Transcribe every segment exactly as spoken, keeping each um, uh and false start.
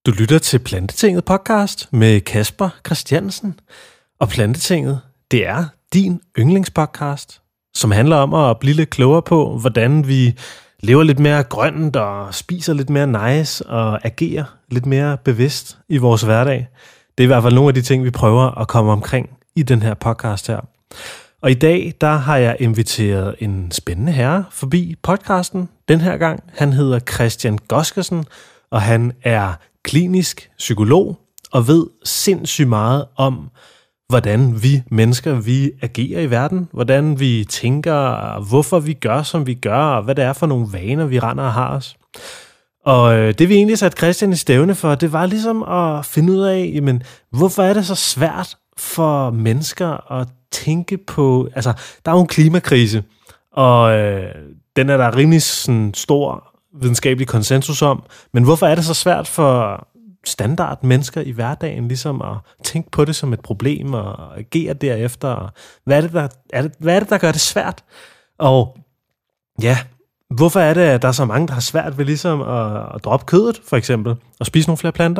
Du lytter til Plantetinget podcast med Kasper Christiansen. Og Plantetinget, det er din yndlingspodcast, som handler om at blive lidt klogere på, hvordan vi lever lidt mere grønt og spiser lidt mere nice og agerer lidt mere bevidst i vores hverdag. Det er i hvert fald nogle af de ting, vi prøver at komme omkring i den her podcast her. Og i dag, der har jeg inviteret en spændende herre forbi podcasten. Den her gang, han hedder Christian Goskesen, og han er klinisk psykolog og ved sindssygt meget om, hvordan vi mennesker, vi agerer i verden, hvordan vi tænker, hvorfor vi gør, som vi gør, og hvad det er for nogle vaner, vi render og har os. Og det vi egentlig satte Christian i stævne for, det var ligesom at finde ud af, jamen, hvorfor er det så svært for mennesker at tænke på, altså, der er jo en klimakrise, og øh, den er der rimelig sådan stor videnskabelig konsensus om, men hvorfor er det så svært for standard mennesker i hverdagen ligesom at tænke på det som et problem og agere derefter? Og hvad er det, der, er det, hvad er det, der gør det svært? Og ja, hvorfor er det, at der er så mange, der har svært ved ligesom at, at droppe kødet, for eksempel, og spise nogle flere planter?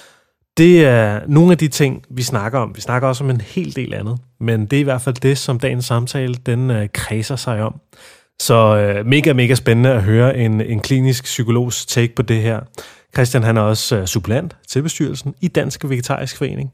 Det er nogle af de ting, vi snakker om. Vi snakker også om en hel del andet, men det er i hvert fald det, som dagens samtale, den øh, kredser sig om. Så øh, mega, mega spændende at høre en, en klinisk psykologs take på det her. Christian, han er også øh, suppleant til bestyrelsen i Dansk Vegetarisk Forening.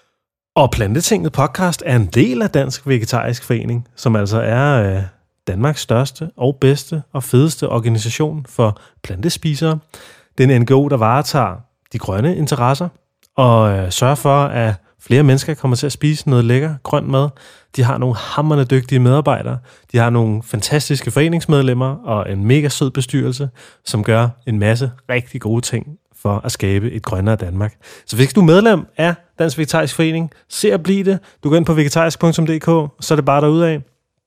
Og Plantetinget podcast er en del af Dansk Vegetarisk Forening, som altså er øh, Danmarks største og bedste og fedeste organisation for plantespisere. Det er en N G O, der varetager de grønne interesser og øh, sørger for, at flere mennesker kommer til at spise noget lækker grønt mad. De har nogle hamrende dygtige medarbejdere. De har nogle fantastiske foreningsmedlemmer og en mega sød bestyrelse, som gør en masse rigtig gode ting for at skabe et grønnere Danmark. Så hvis du er medlem af Dansk Vegetarisk Forening, se at blive det. Du går ind på vegetarisk punktum d k, så er det bare derudad.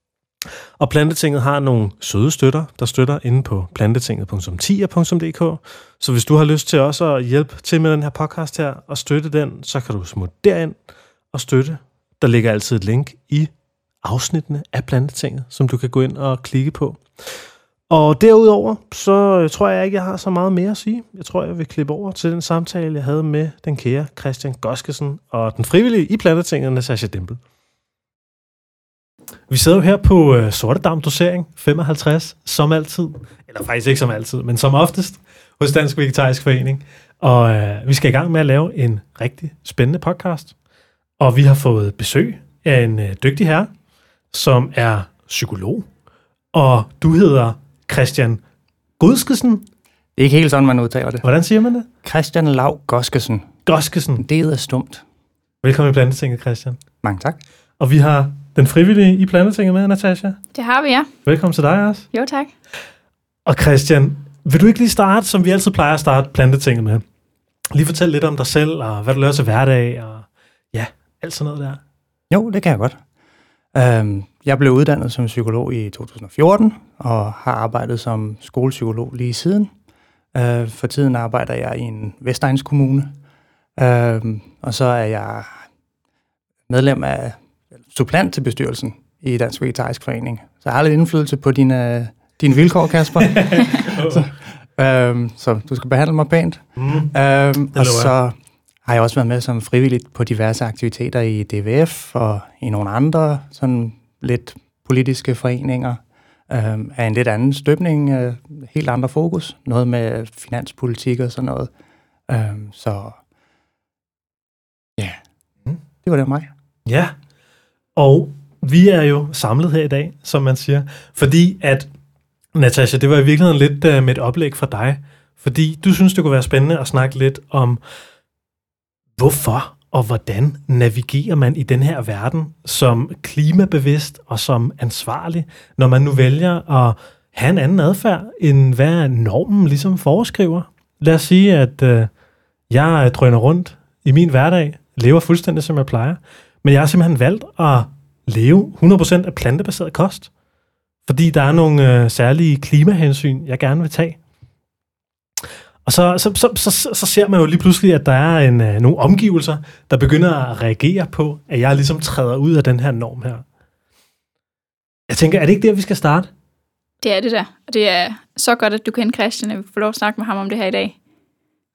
Og Plantetinget har nogle søde støtter, der støtter inde på plantetinget punktum tier punktum d k. Så hvis du har lyst til også at hjælpe til med den her podcast her og støtte den, så kan du smutte derind og støtte. Der ligger altid et link i afsnittene af Plantetinget, som du kan gå ind og klikke på. Og derudover, så tror jeg ikke, jeg har så meget mere at sige. Jeg tror, jeg vil klippe over til den samtale, jeg havde med den kære Christian Goskesen og den frivillige i Plantetinget, Natasha Dimpel. Vi sidder jo her på uh, sortedam-dosering femoghalvtreds, som altid. Eller faktisk ikke som altid, men som oftest hos Dansk Vegetarisk Forening. Og uh, vi skal i gang med at lave en rigtig spændende podcast. Og vi har fået besøg af en uh, dygtig herre, som er psykolog. Og du hedder Christian Goskesen. Det er ikke helt sådan, man udtaler det. Hvordan siger man det? Christian Lau Goskesen. Goskesen. Det er stumt. Velkommen i Plantetinget, Christian. Mange tak. Og vi har den frivillige i Plantetinget med, Natasha. Det har vi, ja. Velkommen til dig også. Jo, tak. Og Christian, vil du ikke lige starte, som vi altid plejer at starte Plantetinget med? Lige fortælle lidt om dig selv, og hvad du laver til hverdag, og ja, alt sådan noget der. Jo, det kan jeg godt. Um, jeg blev uddannet som psykolog i to tusind og fjorten, og har arbejdet som skolepsykolog lige siden. Uh, for tiden arbejder jeg i en Vestegnskommune, uh, og så er jeg medlem af suppleant til bestyrelsen i Dansk Vegetarisk Forening. Så jeg har lidt indflydelse på dine, dine vilkår, Kasper. så, øhm, så du skal behandle mig pænt. Mm, øhm, og så har jeg også været med som frivilligt på diverse aktiviteter i D V F og i nogle andre sådan lidt politiske foreninger øhm, af en lidt anden støbning, øh, helt andre fokus. Noget med finanspolitik og sådan noget. Øhm, så ja, yeah. det var det mig. Ja, og vi er jo samlet her i dag, som man siger, fordi at, Natasha, det var i virkeligheden lidt uh, med et oplæg fra dig, fordi du synes, det kunne være spændende at snakke lidt om, hvorfor og hvordan navigerer man i den her verden som klimabevidst og som ansvarlig, når man nu vælger at have en anden adfærd, end hvad normen ligesom foreskriver. Lad os sige, at uh, jeg drøner rundt i min hverdag, lever fuldstændig som jeg plejer, men jeg har simpelthen valgt at leve hundrede procent af plantebaseret kost, fordi der er nogle øh, særlige klimahensyn, jeg gerne vil tage. Og så, så, så, så, så ser man jo lige pludselig, at der er en, øh, nogle omgivelser, der begynder at reagere på, at jeg ligesom træder ud af den her norm her. Jeg tænker, er det ikke der, vi skal starte? Det er det der. Og det er så godt, at du kender Christian, at vi får lov at snakke med ham om det her i dag.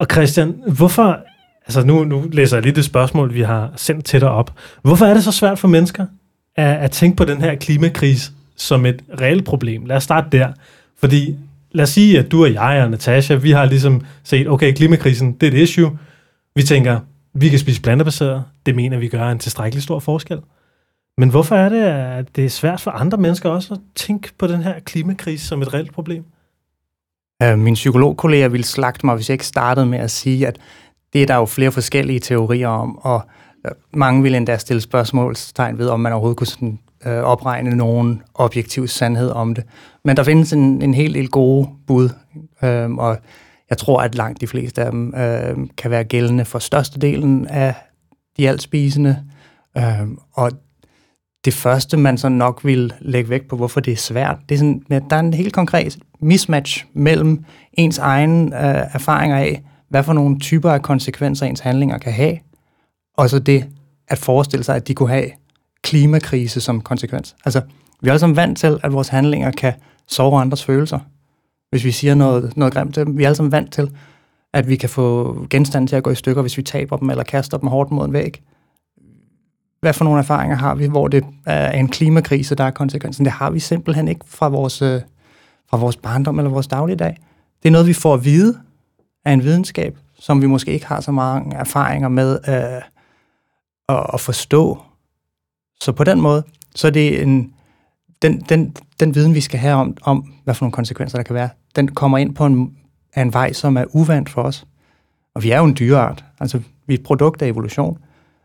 Og Christian, hvorfor, altså nu, nu læser jeg lige det spørgsmål, vi har sendt til dig op. Hvorfor er det så svært for mennesker at, at tænke på den her klimakrise som et reelt problem? Lad os starte der. Fordi lad os sige, at du og jeg og Natasha, vi har ligesom set, okay, klimakrisen, det er et issue. Vi tænker, vi kan spise plantebaseret. Det mener vi gør en tilstrækkelig stor forskel. Men hvorfor er det, at det er svært for andre mennesker også at tænke på den her klimakrise som et reelt problem? Min psykologkollega ville slagte mig, hvis jeg ikke startede med at sige, at det er der jo flere forskellige teorier om, og mange ville endda stille spørgsmålstegn ved, om man overhovedet kunne sådan, øh, opregne nogen objektiv sandhed om det. Men der findes en, en hel del gode bud, øh, og jeg tror, at langt de fleste af dem øh, kan være gældende for størstedelen af de altspisende. Øh, og det første, man så nok vil lægge vægt på, hvorfor det er svært, det er sådan, at der er en helt konkret mismatch mellem ens egen øh, erfaringer af, hvad for nogle typer af konsekvenser ens handlinger kan have, og så det at forestille sig, at de kunne have klimakrise som konsekvens. Altså, vi er alle sammen vant til, at vores handlinger kan såre andres følelser. Hvis vi siger noget, noget grimt til dem, vi er alle sammen vant til, at vi kan få genstande til at gå i stykker, hvis vi taber dem eller kaster dem hårdt mod en væg. Hvad for nogle erfaringer har vi, hvor det er en klimakrise, der er konsekvensen? Det har vi simpelthen ikke fra vores, øh, fra vores barndom eller vores dagligdag. Det er noget, vi får at vide af en videnskab, som vi måske ikke har så mange erfaringer med øh, at, at forstå. Så på den måde, så er det en, den, den, den viden, vi skal have om, om, hvad for nogle konsekvenser der kan være, den kommer ind på en, en vej, som er uvant for os. Og vi er jo en dyreart. Altså, vi er et produkt af evolution.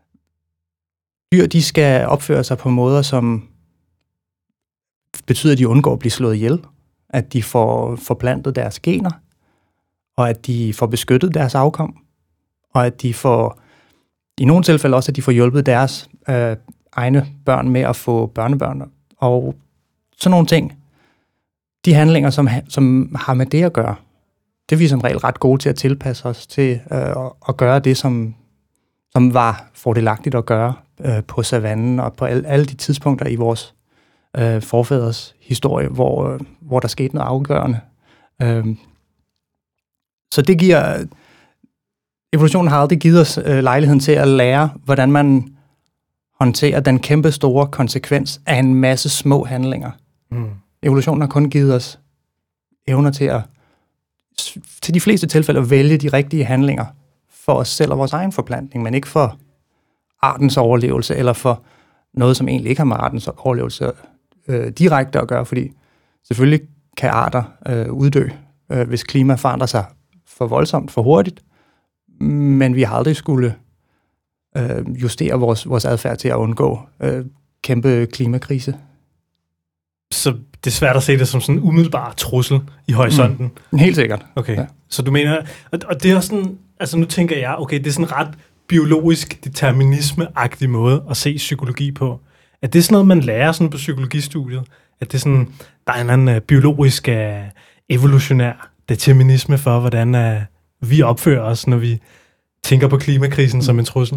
Dyr, de skal opføre sig på måder, som betyder, at de undgår at blive slået ihjel, at de får forplantet deres gener, og at de får beskyttet deres afkom, og at de får, i nogle tilfælde også, at de får hjulpet deres øh, egne børn med at få børnebørn, og sådan nogle ting. De handlinger, som, som har med det at gøre, det er vi som regel ret gode til at tilpasse os til øh, at gøre det, som, som var fordelagtigt at gøre øh, på savannen og på alle, alle de tidspunkter i vores øh, forfædres historie, hvor, øh, hvor der skete noget afgørende. Øh, så det giver... Evolutionen har aldrig givet os øh, lejligheden til at lære, hvordan man håndterer den kæmpe store konsekvens af en masse små handlinger. Mm. Evolutionen har kun givet os evner til at, til de fleste tilfælde, at vælge de rigtige handlinger for os selv og vores egen forplantning, men ikke for artens overlevelse, eller for noget, som egentlig ikke har med artens overlevelse øh, direkte at gøre, fordi selvfølgelig kan arter øh, uddø, øh, hvis klima forandrer sig for voldsomt, for hurtigt, men vi har aldrig skulle øh, justere vores, vores adfærd til at undgå øh, kæmpe klimakrise. Så det er svært at se det som sådan en umiddelbar trussel i horisonten? Mm, helt sikkert. Okay, ja. Så du mener, og, og det er også sådan, altså nu tænker jeg, okay, det er sådan en ret biologisk determinisme-agtig måde at se psykologi på. At det er sådan noget, man lærer sådan på psykologistudiet? At det er sådan, der er en anden uh, biologisk, uh, evolutionær determinisme for, hvordan uh, vi opfører os, når vi tænker på klimakrisen mm. som en trussel?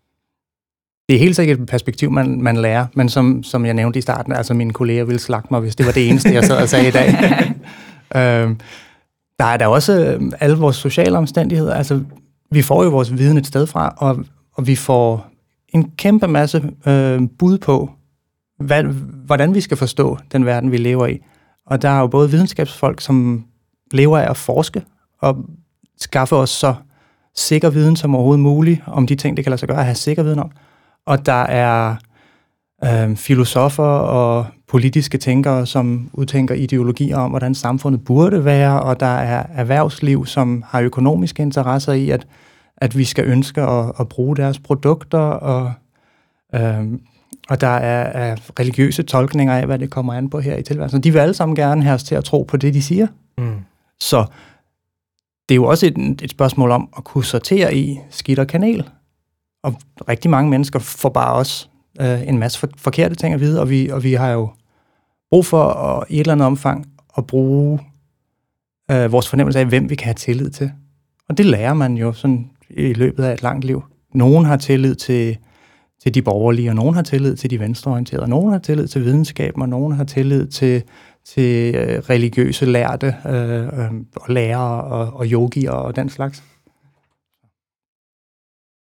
Det er helt sikkert et perspektiv, man, man lærer, men som, som jeg nævnte i starten, altså mine kolleger ville slagte mig, hvis det var det eneste, jeg sad og sagde i dag. øhm, der er der også alle vores sociale omstændigheder. Altså, vi får jo vores viden et sted fra, og, og vi får en kæmpe masse øh, bud på, hvad, hvordan vi skal forstå den verden, vi lever i. Og der er jo både videnskabsfolk, som lever af at forske, og skaffe os så sikker viden som overhovedet muligt, om de ting, det kan lade sig gøre at have sikker viden om. Og der er øh, filosofer og politiske tænkere, som udtænker ideologier om, hvordan samfundet burde være, og der er erhvervsliv, som har økonomiske interesser i, at, at vi skal ønske at, at bruge deres produkter, og, øh, og der er, er religiøse tolkninger af, hvad det kommer an på her i tilværelsen. De vil alle sammen gerne have os til at tro på det, de siger. Mm. Så det er jo også et, et spørgsmål om at kunne sortere i skidt og kanel. Og rigtig mange mennesker får bare også øh, en masse for, forkerte ting at vide, og vi, og vi har jo brug for at, i et eller andet omfang at bruge øh, vores fornemmelse af, hvem vi kan have tillid til. Og det lærer man jo sådan i løbet af et langt liv. Nogen har tillid til, til de borgerlige, og nogen har tillid til de venstreorienterede, og nogen har tillid til videnskaben, og nogen har tillid til, til øh, religiøse lærte, øh, øh, og lærere og, og yogier og den slags.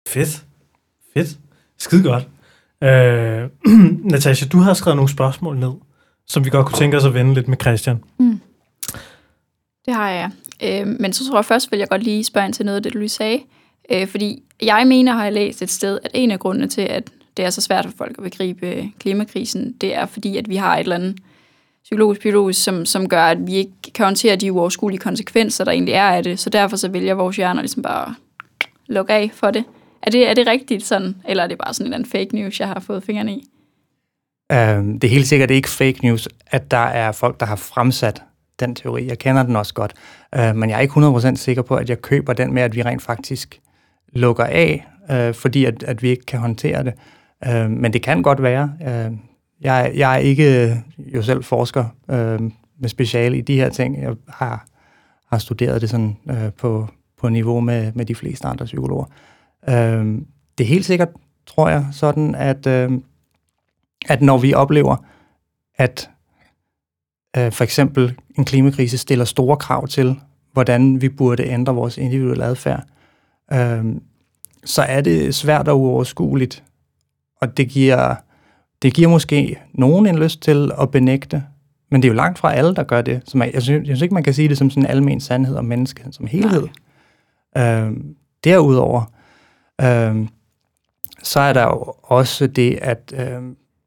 Fedt. Fedt. Skide godt. Øh, Natasha, du har skrevet nogle spørgsmål ned, som vi godt kunne tænke os at vende lidt med Christian. Mm. Det har jeg. Øh, men så tror jeg først, vil jeg godt lige spørge ind til noget af det, du lige sagde. Øh, fordi jeg mener, har jeg læst et sted, at en af grundene til, at det er så svært for folk at begribe klimakrisen, det er fordi, at vi har et eller andet psykologisk, biologisk, som, som gør, at vi ikke kan håndtere de uoverskuelige konsekvenser, der egentlig er af det. Så derfor så vælger vores hjerner ligesom bare at lukke af for det. Er det, er det rigtigt sådan, eller er det bare sådan en eller anden fake news, jeg har fået fingrene i? Um, det er helt sikkert ikke fake news, at der er folk, der har fremsat den teori. Jeg kender den også godt, uh, men jeg er ikke hundrede procent sikker på, at jeg køber den med, at vi rent faktisk lukker af, uh, fordi at, at vi ikke kan håndtere det. Uh, men det kan godt være. Uh, jeg, jeg er ikke jo selv forsker uh, med speciale i de her ting. Jeg har, har studeret det sådan uh, på, på niveau med, med de fleste andre psykologer. Uh, det er helt sikkert, tror jeg, sådan, at, uh, at når vi oplever, at uh, for eksempel en klimakrise stiller store krav til, hvordan vi burde ændre vores individuelle adfærd, uh, så er det svært og uoverskueligt, og det giver, det giver måske nogen en lyst til at benægte, men det er jo langt fra alle, der gør det. Så man, jeg, synes, jeg synes ikke, man kan sige det som sådan en almen sandhed om mennesket som helhed. Uh, derudover, uh, så er der jo også det, at uh,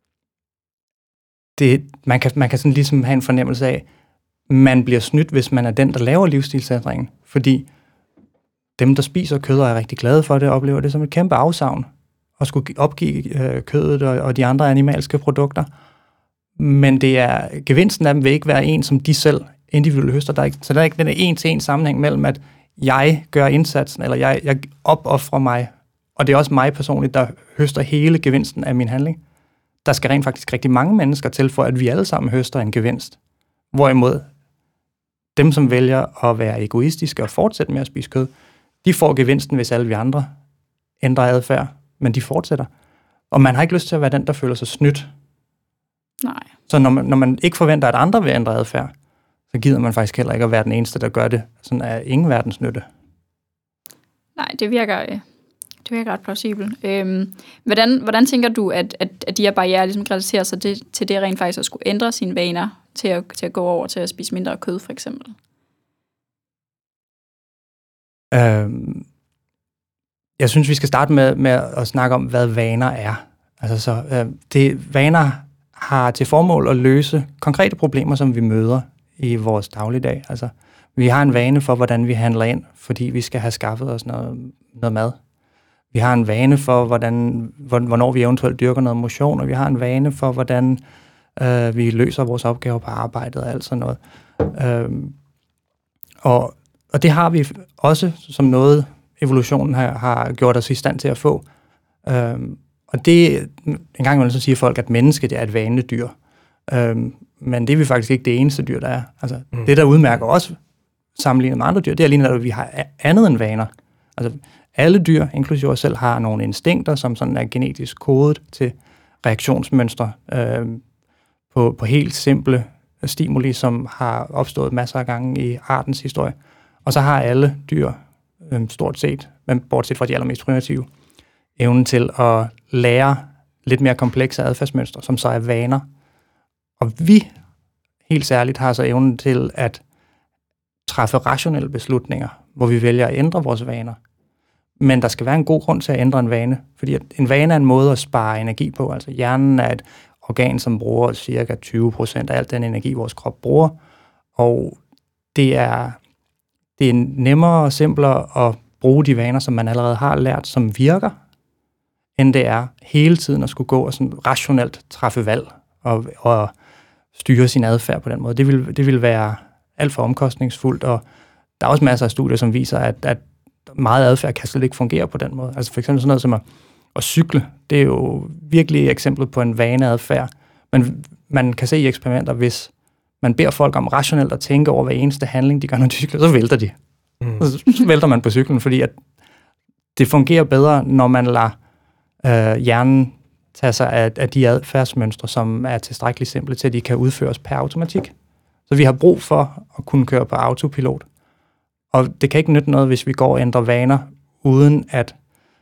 det, man kan, man kan sådan ligesom have en fornemmelse af, man bliver snydt, hvis man er den, der laver livsstilsændringen, fordi dem, der spiser kød og er rigtig glade for det, oplever det som et kæmpe afsavn at skulle opgive øh, kødet og, og de andre animalske produkter. Men det er, gevinsten af dem vil ikke være en, som de selv individuelt høster. Der er ikke, så der er ikke den en-til-en sammenhæng mellem, at jeg gør indsatsen, eller jeg, jeg opoffrer mig, og det er også mig personligt, der høster hele gevinsten af min handling. Der skal rent faktisk rigtig mange mennesker til, for at vi alle sammen høster en gevinst. Hvorimod dem, som vælger at være egoistiske og fortsætte med at spise kød, de får gevinsten, hvis alle vi andre ændrer adfærd, men de fortsætter. Og man har ikke lyst til at være den, der føler sig snydt. Nej. Så når man, når man ikke forventer, at andre vil ændre adfærd, så gider man faktisk heller ikke at være den eneste, der gør det. Sådan er ingen verdens nytte. Nej, det virker, det virker ret plausibelt. Øhm, hvordan, hvordan tænker du, at, at, at de her barrierer ligesom relaterer sig til, til det rent faktisk at skulle ændre sine vaner til at, til at gå over til at spise mindre kød, for eksempel? Øhm, jeg synes, vi skal starte med, med at snakke om, hvad vaner er. Altså, så, øh, det, vaner har til formål at løse konkrete problemer, som vi møder i vores dagligdag. Altså, vi har en vane for, hvordan vi handler ind, fordi vi skal have skaffet os noget, noget mad. Vi har en vane for, hvordan, hvornår vi eventuelt dyrker noget motion, og vi har en vane for, hvordan øh, vi løser vores opgaver på arbejdet og alt sådan noget. Øh, og, og det har vi også som noget, evolutionen har, har gjort os i stand til at få. Øh, og det, en gang imellem så siger folk, at mennesket det er et vanedyr. Øh, men det er vi faktisk ikke det eneste dyr, der er. Altså, mm. Det, der udmærker os sammenlignet med andre dyr, det er lige at vi har andet end vaner. Altså, alle dyr, inklusive os selv, har nogle instinkter, som sådan er genetisk kodet til reaktionsmønstre øh, på, på helt simple stimuli, som har opstået masser af gange i artens historie. Og så har alle dyr, øh, stort set, men bortset fra de allermest primitive, evnen til at lære lidt mere komplekse adfærdsmønstre, som så er vaner. Og vi helt særligt har så evnen til at træffe rationelle beslutninger, hvor vi vælger at ændre vores vaner. Men der skal være en god grund til at ændre en vane, fordi en vane er en måde at spare energi på. Altså hjernen er et organ, som bruger cirka tyve procent af al den energi, vores krop bruger, og det er, det er nemmere og simplere at bruge de vaner, som man allerede har lært, som virker, end det er hele tiden at skulle gå og sådan rationelt træffe valg og, og styre sin adfærd på den måde. Det vil, det vil være alt for omkostningsfuldt, og der er også masser af studier, som viser, at, at meget adfærd kan slet ikke fungere på den måde. Altså for eksempel sådan noget som at, at cykle, det er jo virkelig et eksempel på en vaneadfærd. Men man kan se i eksperimenter, hvis man beder folk om rationelt at tænke over hver eneste handling, de gør, når de cykler, så vælter de. Mm. Så vælter man på cyklen, fordi at det fungerer bedre, når man lader øh, hjernen tage sig af, af de adfærdsmønstre, som er tilstrækkeligt simple til, at de kan udføres per automatik. Så vi har brug for at kunne køre på autopilot. Og det kan ikke nytte noget, hvis vi går og ændrer vaner, uden at,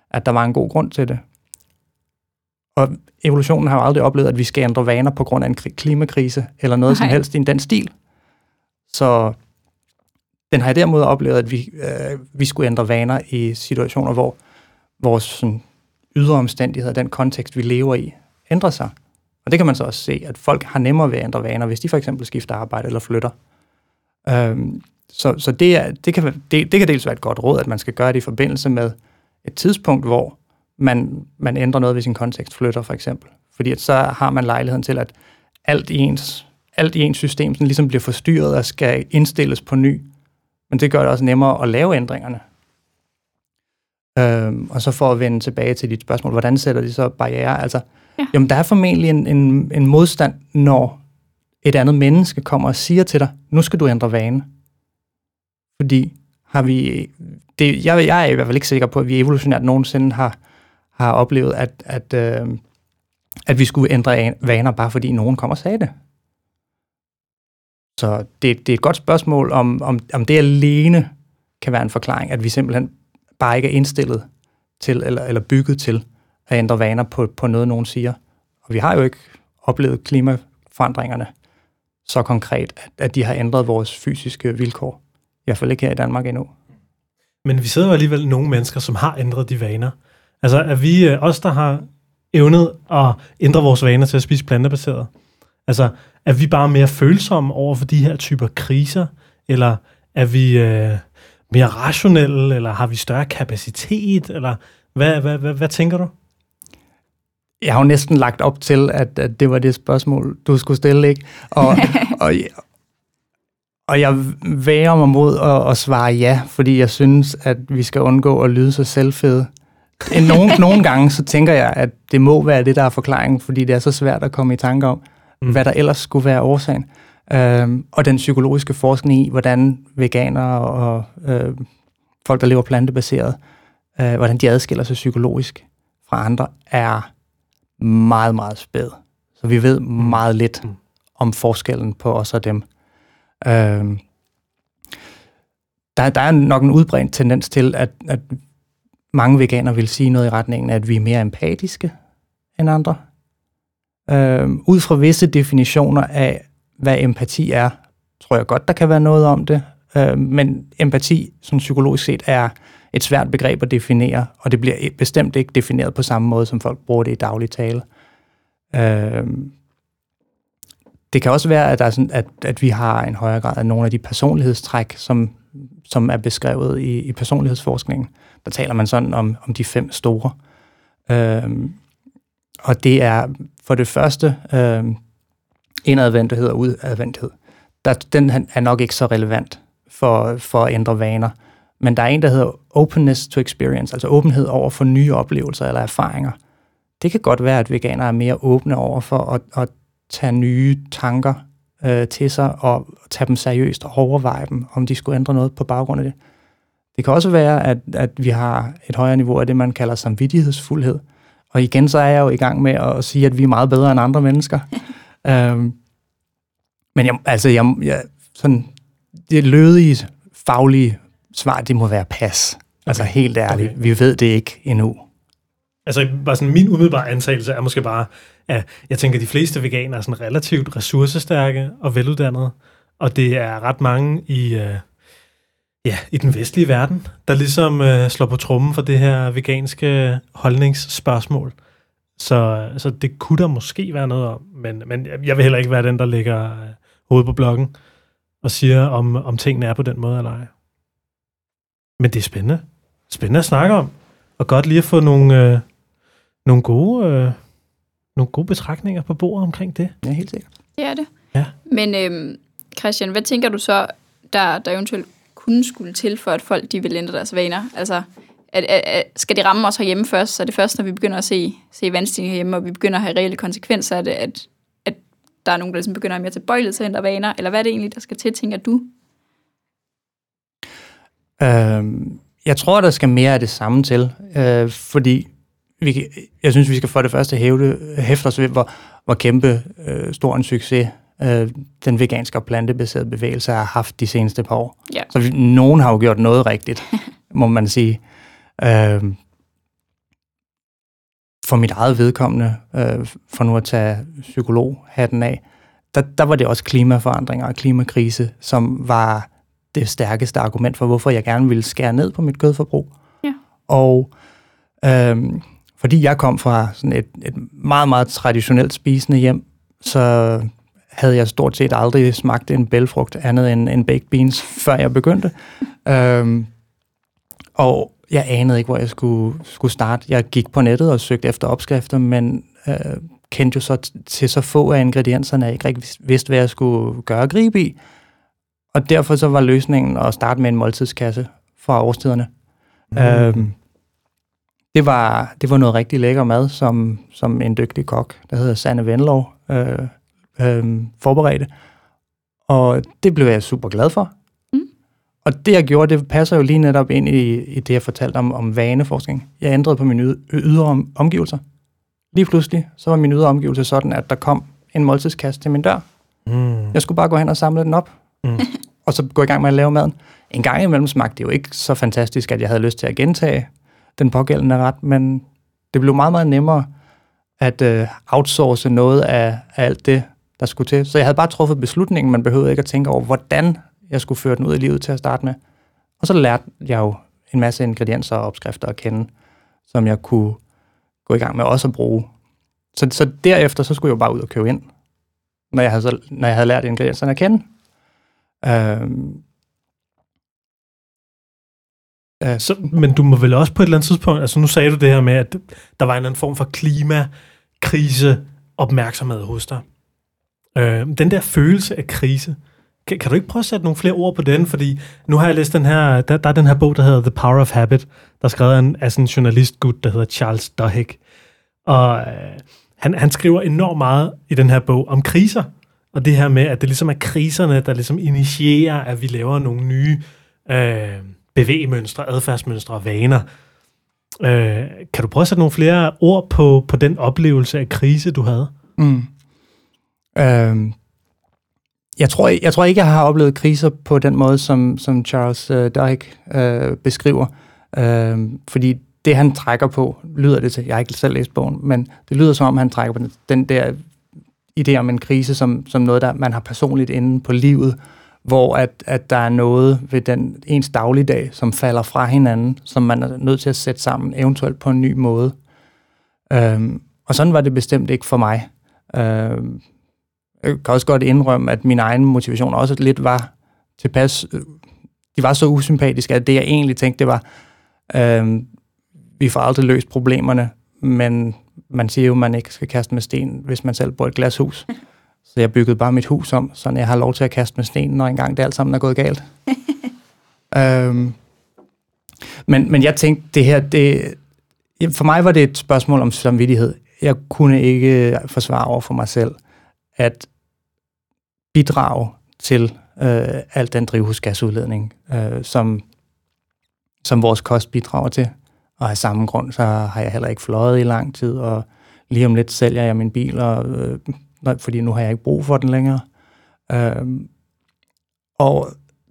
at der var en god grund til det. Og evolutionen har jo aldrig oplevet, at vi skal ændre vaner på grund af en klimakrise, eller noget Nej. som helst i den stil. Så den har derimod oplevet, at vi, øh, vi skulle ændre vaner i situationer, hvor vores sådan, ydre omstændigheder, den kontekst, vi lever i, ændrer sig. Og det kan man så også se, at folk har nemmere ved at ændre vaner, hvis de for eksempel skifter arbejde eller flytter. Øhm, så så det, er, det, kan, det, det kan dels være et godt råd, at man skal gøre det i forbindelse med et tidspunkt, hvor man, man ændrer noget ved sin kontekst, flytter for eksempel. Fordi at så har man lejligheden til, at alt i ens, alt i ens system sådan ligesom bliver forstyrret og skal indstilles på ny. Men det gør det også nemmere at lave ændringerne. Øhm, og så for at vende tilbage til dit spørgsmål, hvordan sætter de så barrierer? Altså, ja. Jamen, der er formentlig en, en, en modstand, når et andet menneske kommer og siger til dig, nu skal du ændre vane. Fordi har vi... Det, jeg, jeg er i hvert fald ikke sikker på, at vi evolutionært nogensinde har, har oplevet, at, at, øh, at vi skulle ændre vaner, bare fordi nogen kom og sagde det. Så det, det er et godt spørgsmål, om, om, om det alene kan være en forklaring, at vi simpelthen bare ikke er indstillet til, eller, eller bygget til at ændre vaner på, på noget, nogen siger. Og vi har jo ikke oplevet klimaforandringerne så konkret, at, at de har ændret vores fysiske vilkår. I hvert fald ikke her i Danmark endnu. Men vi sidder jo alligevel nogle mennesker, som har ændret de vaner. Altså er vi os, der har evnet at ændre vores vaner til at spise plantebaseret? Altså er vi bare mere følsomme over for de her typer kriser? Eller er vi øh, mere rationelle? Eller har vi større kapacitet? Eller hvad, hvad, hvad, hvad tænker du? Jeg har jo næsten lagt op til, at, at det var det spørgsmål, du skulle stille, ikke? Og, og, og jeg væger mig mod at, at svare ja, fordi jeg synes, at vi skal undgå at lyde så selvfede. Nogle, nogle gange så tænker jeg, at det må være det, der er forklaringen, fordi det er så svært at komme i tanke om, mm. hvad der ellers skulle være årsagen. Øhm, og den psykologiske forskning i, hvordan veganere og øh, folk, der lever plantebaseret, øh, hvordan de adskiller sig psykologisk fra andre, er meget, meget spæd. Så vi ved meget lidt mm. om forskellen på os og dem. Øhm, der, der er nok en udbredt tendens til, at, at mange veganere vil sige noget i retningen af, at vi er mere empatiske end andre. Øhm, ud fra visse definitioner af, hvad empati er, tror jeg godt, der kan være noget om det. Øhm, men empati, som psykologisk set, er et svært begreb at definere, og det bliver bestemt ikke defineret på samme måde, som folk bruger det i daglig tale. Øhm, det kan også være, at, der er sådan, at, at vi har en højere grad af nogle af de personlighedstræk, som, som er beskrevet i, i personlighedsforskningen. Der taler man sådan om, om de fem store. Øhm, og det er for det første øhm, indadvendthed og udadvendthed. Der, den er nok ikke så relevant for, for at ændre vaner. Men der er en, der hedder openness to experience, altså åbenhed over for nye oplevelser eller erfaringer. Det kan godt være, at veganere er mere åbne over for at, at tage nye tanker øh, til sig og tage dem seriøst og overveje dem, om de skulle ændre noget på baggrund af det. Det kan også være, at, at vi har et højere niveau af det, man kalder samvittighedsfuldhed. Og igen, så er jeg jo i gang med at sige, at vi er meget bedre end andre mennesker. øhm, men jeg, altså, jeg, jeg, sådan, det lødige, faglige svar, det må være pas. Okay. Altså helt ærligt, okay. Vi ved det ikke endnu. Altså bare sådan, min umiddelbare antagelse er måske bare, at jeg tænker, at de fleste veganere er sådan relativt ressourcestærke og veluddannede, og det er ret mange i, øh, ja, i den vestlige verden, der ligesom øh, slår på trommen for det her veganske holdningsspørgsmål. Så, så det kunne der måske være noget om, men, men jeg vil heller ikke være den, der lægger øh, hovedet på blokken og siger, om, om tingene er på den måde eller ej. Men det er spændende. Spændende at snakke om. Og godt lige at få nogle, øh, nogle, gode, øh, nogle gode betragtninger på bordet omkring det. Ja, helt sikkert. Det er det. Ja. Men øh, Christian, hvad tænker du så, der, der eventuelt kunne skulle til, for at folk de vil ændre deres vaner? Altså, at, at, at, skal det ramme os herhjemme først? Så er det først, når vi begynder at se, se vandstigninger hjemme, og vi begynder at have reelle konsekvenser af det, at, at der er nogen, der ligesom begynder at have mere tilbøjelighed til at ændre vaner? Eller hvad er det egentlig, der skal til, tænker du? Øhm, jeg tror, der skal mere af det samme til, øh, fordi vi, jeg synes, vi skal for det første hæve hæfte os ved, hvor, hvor kæmpe øh, stor en succes øh, den veganske og plantebaserede bevægelse har haft de seneste par år. Ja. Så vi, nogen har jo gjort noget rigtigt, må man sige. Øh, for mit eget vedkommende, øh, for nu at tage psykologhatten af, der, der var det også klimaforandringer og klimakrise, som var det stærkeste argument for, hvorfor jeg gerne ville skære ned på mit kødforbrug. Ja. Og øh, fordi jeg kom fra sådan et, et meget, meget traditionelt spisende hjem, så havde jeg stort set aldrig smagt en bælgfrugt andet end en baked beans, før jeg begyndte. øhm, og jeg anede ikke, hvor jeg skulle, skulle starte. Jeg gik på nettet og søgte efter opskrifter, men øh, kendte jo så t- til så få af ingredienserne, at jeg ikke rigtig vidste, hvad jeg skulle gøre og gribe i. Og derfor så var løsningen at starte med en måltidskasse fra årstiderne. Mm. Øhm, det, var, det var noget rigtig lækker mad, som, som en dygtig kok, der hedder Sanne Venlov, øh, øh, forberedte. Og det blev jeg super glad for. Mm. Og det, jeg gjorde, det passer jo lige netop ind i, i det, jeg fortalte om, om vaneforskning. Jeg ændrede på mine ydre omgivelser. Lige pludselig, så var mine ydre omgivelser sådan, at der kom en måltidskasse til min dør. Mm. Jeg skulle bare gå hen og samle den op. Mm. Og så gå i gang med at lave maden. En gang imellem smagte det jo ikke så fantastisk, at jeg havde lyst til at gentage den pågældende ret, men det blev meget, meget nemmere at øh, outsource noget af, af alt det, der skulle til. Så jeg havde bare truffet beslutningen, man behøvede ikke at tænke over, hvordan jeg skulle føre den ud i livet til at starte med. Og så lærte jeg jo en masse ingredienser og opskrifter at kende, som jeg kunne gå i gang med også at bruge. Så, så derefter, så skulle jeg jo bare ud og købe ind, når jeg havde, så, når jeg havde lært ingredienserne at kende. Øhm, øh, så, men du må vel også på et eller andet tidspunkt, altså nu sagde du det her med, at der var en eller anden form for klimakrise opmærksomhed hos dig. Øh, den der følelse af krise, kan, kan du ikke prøve at sætte nogle flere ord på den? Fordi nu har jeg læst den her, der, der er den her bog, der hedder The Power of Habit, der er skrevet af en, af en journalistgud, der hedder Charles Duhigg. Og øh, han, han skriver enormt meget i den her bog om kriser, og det her med, at det ligesom er kriserne, der ligesom initierer, at vi laver nogle nye øh, bevægemønstre, adfærdsmønstre og vaner. Øh, kan du prøve at sætte nogle flere ord på, på den oplevelse af krise, du havde? Mm. Øh, jeg, tror, jeg tror ikke, jeg har oplevet kriser på den måde, som, som Charles øh, Duhigg øh, beskriver. Øh, fordi det, han trækker på, lyder det til, jeg har ikke selv læst bogen, men det lyder som om, han trækker på den der idé om en krise som, som noget, der man har personligt inde på livet, hvor at, at der er noget ved den ens dagligdag, som falder fra hinanden, som man er nødt til at sætte sammen, eventuelt på en ny måde. Øhm, og sådan var det bestemt ikke for mig. Øhm, jeg kan også godt indrømme, at min egen motivation også lidt var tilpas, de var så usympatiske, at det jeg egentlig tænkte, det var, øhm, vi får aldrig løst problemerne, men man siger jo, at man ikke skal kaste med sten, hvis man selv bor i et glashus. Så jeg byggede bare mit hus om, så jeg har lov til at kaste med sten, når engang det alt sammen er gået galt. øhm, men, men jeg tænkte, det her, det, for mig var det et spørgsmål om samvittighed. Jeg kunne ikke forsvare over for mig selv, at bidrage til øh, al den drivhusgasudledning, øh, som, som vores kost bidrager til. Og af samme grund, så har jeg heller ikke fløjet i lang tid, og lige om lidt sælger jeg min bil, og, øh, fordi nu har jeg ikke brug for den længere. Øhm, og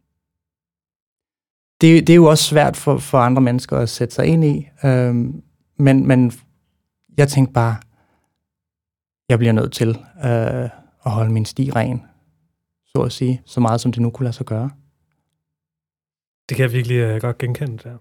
det, det er jo også svært for, for andre mennesker at sætte sig ind i, øhm, men, men jeg tænkte bare, jeg bliver nødt til øh, at holde min sti ren, så at sige, så meget som det nu kunne lade sig gøre. Det kan jeg virkelig uh, godt genkende der.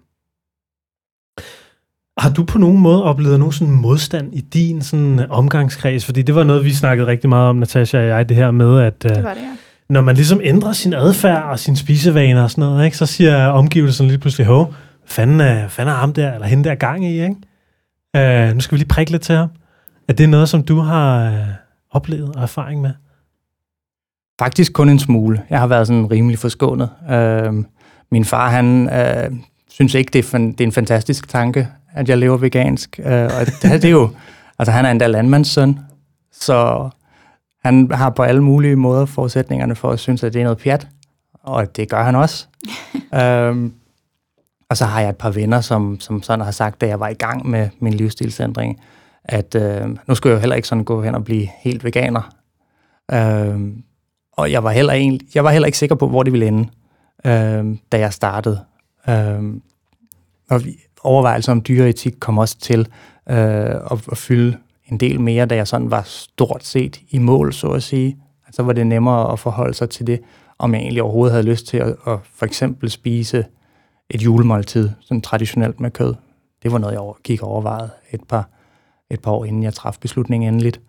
Har du på nogen måde oplevet nogen sådan modstand i din sådan omgangskreds? Fordi det var noget, vi snakkede rigtig meget om, Natasha og jeg, det her med, at uh, det var det, ja. Når man ligesom ændrer sin adfærd og sine spisevaner og sådan noget, ikke, så siger omgivelserne lige pludselig, hov, fanden er, fanden er ham der, eller hende der gang i, ikke? Uh, nu skal vi lige prikke lidt til ham. Er det noget, som du har uh, oplevet og erfaring med? Faktisk kun en smule. Jeg har været sådan rimelig forskånet. Uh, min far, han uh, synes ikke, det er, det er en fantastisk tanke, at jeg lever vegansk. Uh, og det, det er jo, altså han er endda landmandssøn, så han har på alle mulige måder forudsætningerne for at synes, at det er noget pjat, og det gør han også. uh, og så har jeg et par venner, som, som sådan har sagt, da jeg var i gang med min livsstilsændring, at uh, nu skulle jeg jo heller ikke sådan gå hen og blive helt veganer. Uh, og jeg var, heller egentlig, jeg var heller ikke sikker på, hvor det ville ende, uh, da jeg startede. Uh, og overvejelser om dyreetik kom også til øh, at, at fylde en del mere, da jeg sådan var stort set i mål, så at sige. Så var det nemmere at forholde sig til det, om jeg egentlig overhovedet havde lyst til at, at for eksempel spise et julemåltid, sådan traditionelt med kød. Det var noget, jeg gik og overvejede et par, et par år, inden jeg traf beslutningen endeligt.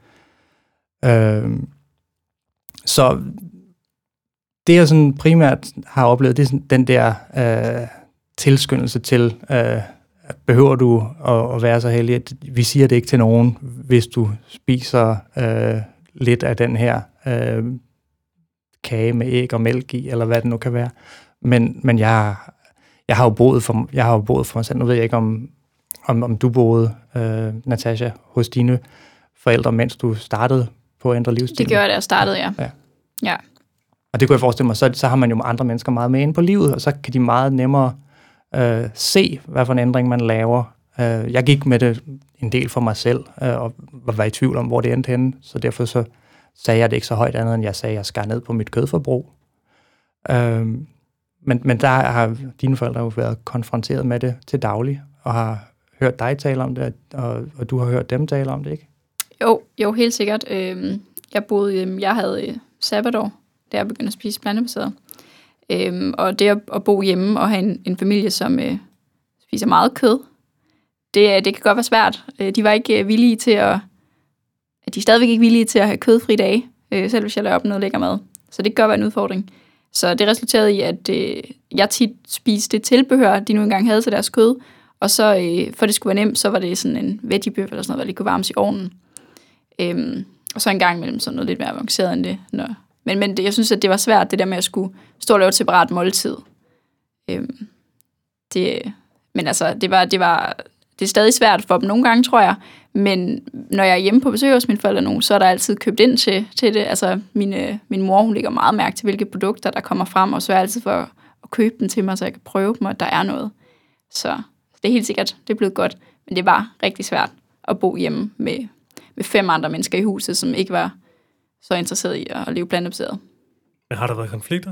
Øh, så det, jeg sådan primært har oplevet, det er sådan den der øh, tilskyndelse til, øh, behøver du at, at være så heldig, at vi siger det ikke til nogen, hvis du spiser øh, lidt af den her øh, kage med æg og mælk i, eller hvad det nu kan være. Men, men jeg, jeg har jo boet for, jeg har jo boet for mig selv. Nu ved jeg ikke, om, om, om du boede, øh, Natasha, hos dine forældre, mens du startede på at ændre livsstil. Det gjorde jeg, da jeg startede, ja. ja. ja. Og det kunne jeg forestille mig, så, så har man jo andre mennesker meget med inde på livet, og så kan de meget nemmere øh, se, hvad for en ændring man laver. Øh, jeg gik med det en del for mig selv, øh, og var i tvivl om, hvor det endte henne, så derfor så sagde jeg det ikke så højt andet, end jeg sagde, at jeg skar ned på mit kødforbrug. Øh, men, men der har dine forældre jo været konfronteret med det til daglig, og har hørt dig tale om det, og, og du har hørt dem tale om det, ikke? Jo, jo helt sikkert. Øh, jeg boede, jeg havde sabbatår, da jeg begyndte at spise plantebaseret. Øhm, og det at, at bo hjemme og have en, en familie, som øh, spiser meget kød, det, det kan godt være svært. Øh, de var ikke øh, villige til at... De er stadigvæk ikke villige til at have kødfri dage, øh, selv hvis jeg laver op noget lækker mad. Så det kan godt være en udfordring. Så det resulterede i, at øh, jeg tit spiste det tilbehør, de nu engang havde til deres kød, og så, øh, for det skulle være nemt, så var det sådan en veggiebøf eller sådan noget, der lige kunne varmes i ovnen. Øhm, og så en gang imellem sådan noget lidt mere avanceret end det, når Men, men det, jeg synes, at det var svært, det der med at skulle stå og lave et separat måltid. Øhm, det, men altså, det var, det var det er stadig svært for dem nogle gange, tror jeg. Men når jeg er hjemme på besøg hos mine forældre nu, så er der altid købt ind til, til det. Altså, min, min mor, hun lægger meget mærke til, hvilke produkter, der kommer frem, og så er jeg altid for at købe dem til mig, så jeg kan prøve dem, og der er noget. Så det er helt sikkert, det er blevet godt. Men det var rigtig svært at bo hjemme med, med fem andre mennesker i huset, som ikke var så interesseret i at leve plantebaseret. Men har der været konflikter?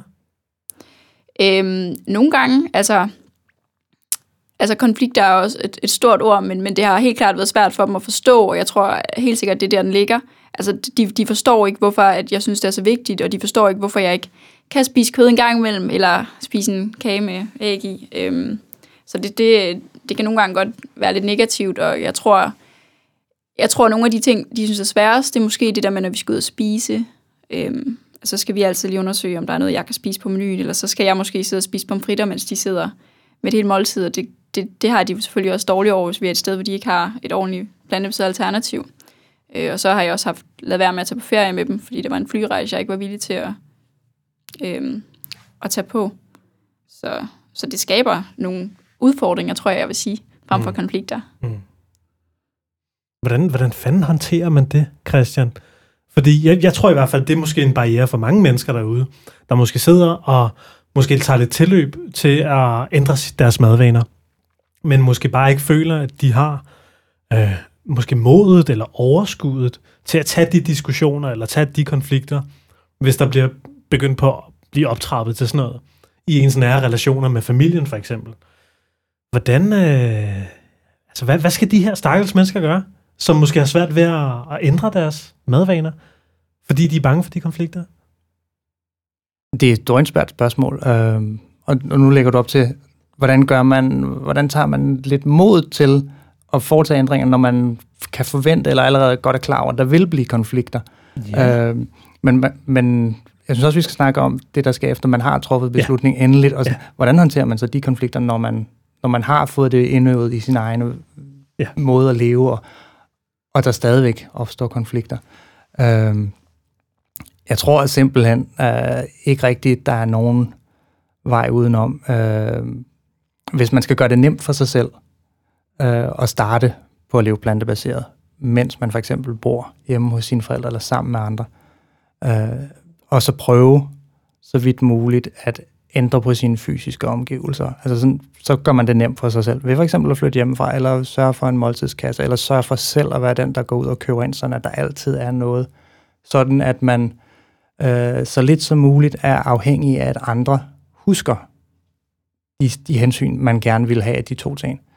Øhm, nogle gange, altså, altså konflikter er også et, et stort ord, men, men det har helt klart været svært for dem at forstå, og jeg tror helt sikkert, det er der, den ligger. Altså, de, de forstår ikke, hvorfor at jeg synes, det er så vigtigt, og de forstår ikke, hvorfor jeg ikke kan spise kød en gang imellem, eller spise en kage med æg i. Øhm, så det, det, det kan nogle gange godt være lidt negativt, og jeg tror... Jeg tror, at nogle af de ting, de synes er sværest, det er måske det der med, når vi skal ud og spise. Øhm, så skal vi altid lige undersøge, om der er noget, jeg kan spise på menuen, eller så skal jeg måske sidde og spise pomfritter, mens de sidder med et helt måltid. Og det, det, det har de selvfølgelig også dårligt over, hvis vi er et sted, hvor de ikke har et ordentligt plantebaseret alternativ. Øh, og så har jeg også haft lavet være med at tage på ferie med dem, fordi det var en flyrejse, jeg ikke var villig til at, øhm, at tage på. Så, så det skaber nogle udfordringer, tror jeg, jeg vil sige, frem for mm. konflikter. Mm. Hvordan, hvordan fanden håndterer man det, Christian? Fordi jeg, jeg tror i hvert fald, det er måske en barriere for mange mennesker derude, der måske sidder og måske tager lidt tilløb til at ændre deres madvaner, men måske bare ikke føler, at de har øh, måske modet eller overskuddet til at tage de diskussioner eller tage de konflikter, hvis der bliver begyndt på at blive optrappet til sådan noget i ens nære relationer med familien for eksempel. Hvordan, øh, altså hvad, hvad skal de her stakkels mennesker gøre, som måske har svært ved at, at ændre deres madvaner, fordi de er bange for de konflikter? Det er et drønsbært spørgsmål, øh, og nu lægger du op til, hvordan gør man, hvordan tager man lidt mod til at foretage ændringer, når man kan forvente, eller allerede godt er klar over, at der vil blive konflikter. Yeah. Øh, men, men jeg synes også, vi skal snakke om det, der sker efter, man har truffet beslutning yeah. endeligt, og så, yeah. hvordan håndterer man så de konflikter, når man, når man har fået det indøvet i sin egen yeah. måde at leve, og og der stadigvæk opstår konflikter. Øhm, jeg tror simpelthen øh, ikke rigtigt, der er nogen vej udenom. Øh, hvis man skal gøre det nemt for sig selv øh, at starte på at leve plantebaseret, mens man for eksempel bor hjemme hos sine forældre eller sammen med andre, øh, og så prøve så vidt muligt at ændre på sine fysiske omgivelser. Altså sådan, så gør man det nemt for sig selv. Ved for eksempel at flytte hjemmefra, eller sørge for en måltidskasse, eller sørge for selv at være den, der går ud og køber ind, sådan at der altid er noget. Sådan at man øh, så lidt som muligt er afhængig af, at andre husker de, de hensyn, man gerne vil have af de to ting.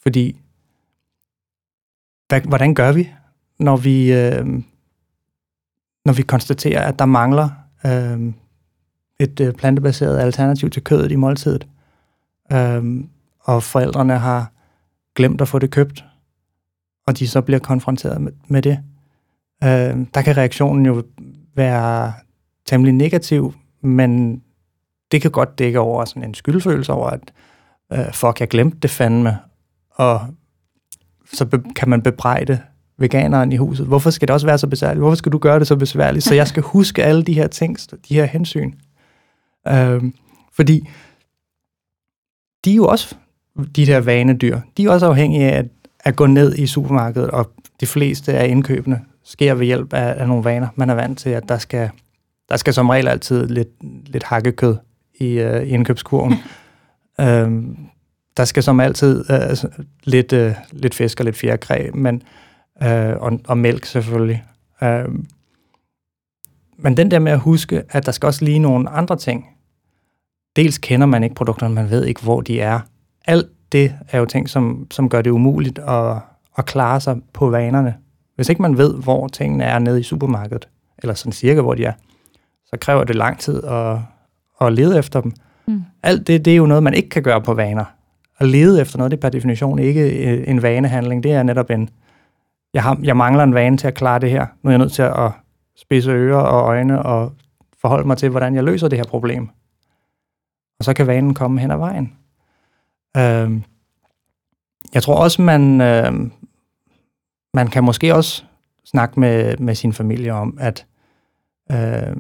Fordi, hvad, hvordan gør vi, når vi, øh, når vi konstaterer, at der mangler øh, et øh, plantebaseret alternativ til kødet i måltidet, øh, og forældrene har glemt at få det købt, og de så bliver konfronteret med, med det. Øh, der kan reaktionen jo være temmelig negativ, men det kan godt dække over sådan en skyldfølelse over, at øh, fuck, jeg glemte det fandme, og så be- kan man bebrejde veganeren i huset. Hvorfor skal det også være så besværligt? Hvorfor skal du gøre det så besværligt? Så jeg skal huske alle de her ting, de her hensyn. Øh, fordi de er jo også, de der vanedyr, de er også afhængige af at, at gå ned i supermarkedet, og de fleste af indkøbene sker ved hjælp af, af nogle vaner. Man er vant til, at der skal, der skal som regel altid lidt, lidt hakkekød i, uh, i indkøbskurven. øhm, der skal som altid uh, lidt, uh, lidt fisk og lidt fjerkræ, men, uh, og, og mælk selvfølgelig. Uh, men den der med at huske, at der skal også lige nogle andre ting. Dels kender man ikke produkterne, man ved ikke, hvor de er. Alt det er jo ting, som, som gør det umuligt at, at klare sig på vanerne. Hvis ikke man ved, hvor tingene er nede i supermarkedet, eller sådan cirka, hvor de er, så kræver det lang tid at, at lede efter dem. Mm. Alt det, det er jo noget, man ikke kan gøre på vaner. At lede efter noget, det er per definition ikke en vanehandling. Det er netop en, jeg, har, jeg mangler en vane til at klare det her. Nu er jeg nødt til at spidse ører og øjne og forholde mig til, hvordan jeg løser det her problem. Og så kan vanen komme hen ad vejen. Øh, jeg tror også, man... Øh, Man kan måske også snakke med, med sin familie om, at øh,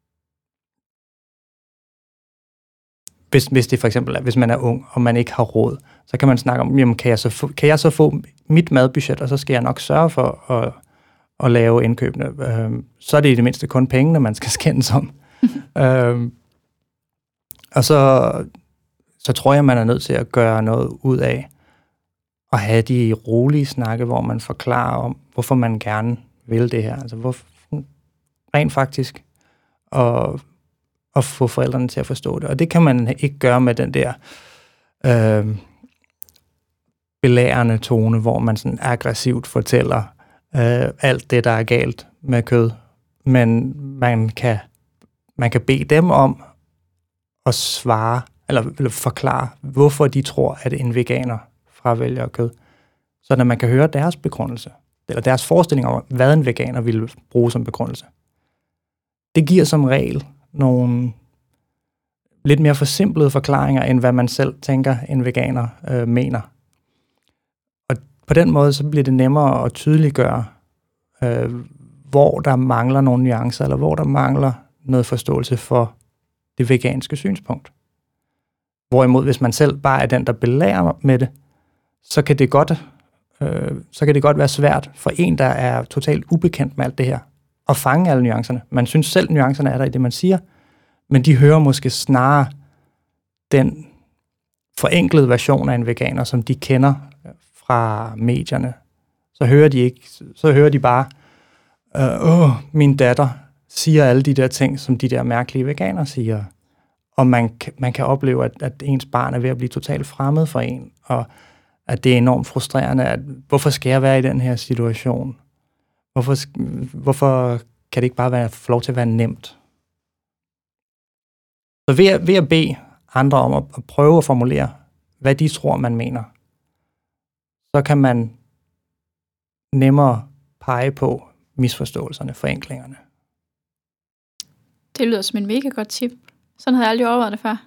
hvis, hvis det for eksempel er, hvis man er ung, og man ikke har råd, så kan man snakke om, jamen, kan jeg så få, kan jeg så få mit madbudget, og så skal jeg nok sørge for at, at lave indkøbene. Øh, så er det i det mindste kun pengene, man skal skændes om. øh, og så, så tror jeg, man er nødt til at gøre noget ud af at have de rolige snakke, hvor man forklarer om, hvorfor man gerne vil det her. Altså hvor, rent faktisk, og, og få forældrene til at forstå det. Og det kan man ikke gøre med den der øh, belærende tone, hvor man sådan aggressivt fortæller øh, alt det, der er galt med kød. Men man kan, man kan bede dem om at svare, eller, eller forklare, hvorfor de tror, at en veganer fravælger kød, så når man kan høre deres begrundelse, eller deres forestilling om, hvad en veganer ville bruge som begrundelse. Det giver som regel nogle lidt mere forsimplede forklaringer, end hvad man selv tænker, en veganer øh, mener. Og på den måde, så bliver det nemmere at tydeliggøre, øh, hvor der mangler nogle nuancer, eller hvor der mangler noget forståelse for det veganske synspunkt. Hvorimod, hvis man selv bare er den, der belærer med det, så kan det godt, øh, så kan det godt være svært for en, der er totalt ubekendt med alt det her, at fange alle nuancerne. Man synes selv, nuancerne er der i det, man siger, men de hører måske snarere den forenklede version af en veganer, som de kender fra medierne. Så hører de ikke, så hører de bare, åh, min datter siger alle de der ting, som de der mærkelige veganer siger. Og man, man kan opleve, at, at ens barn er ved at blive totalt fremmed for en, og at det er enormt frustrerende, at hvorfor skal jeg være i den her situation? Hvorfor, hvorfor kan det ikke bare være, få lov til at være nemt? Så ved at, ved at bede andre om at, at prøve at formulere, hvad de tror, man mener, så kan man nemmere pege på misforståelserne, forenklingerne. Det lyder som en mega godt tip. Sådan havde jeg aldrig overvejet det før.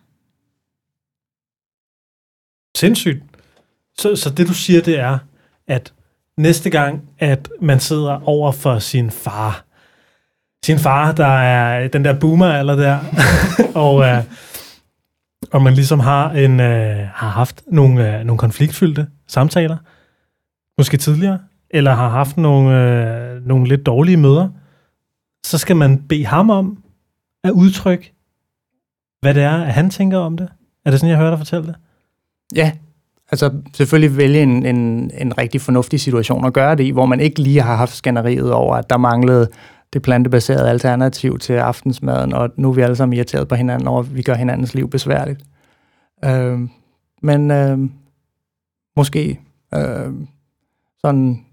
Sindssygt. Så, så det, du siger, det er, at næste gang, at man sidder over for sin far, sin far, der er den der boomer-alder der, og, øh, og man ligesom har, en, øh, har haft nogle, øh, nogle konfliktfyldte samtaler, måske tidligere, eller har haft nogle, øh, nogle lidt dårlige møder, så skal man bede ham om at udtrykke, hvad det er, at han tænker om det. Er det sådan, jeg hører dig fortælle det? Ja, altså selvfølgelig vælge en, en, en rigtig fornuftig situation at gøre det i, hvor man ikke lige har haft skænderiet over, at der manglede det plantebaserede alternativ til aftensmaden, og nu er vi alle sammen irriteret på hinanden over, at vi gør hinandens liv besværligt. Øh, men øh, måske Øh, sådan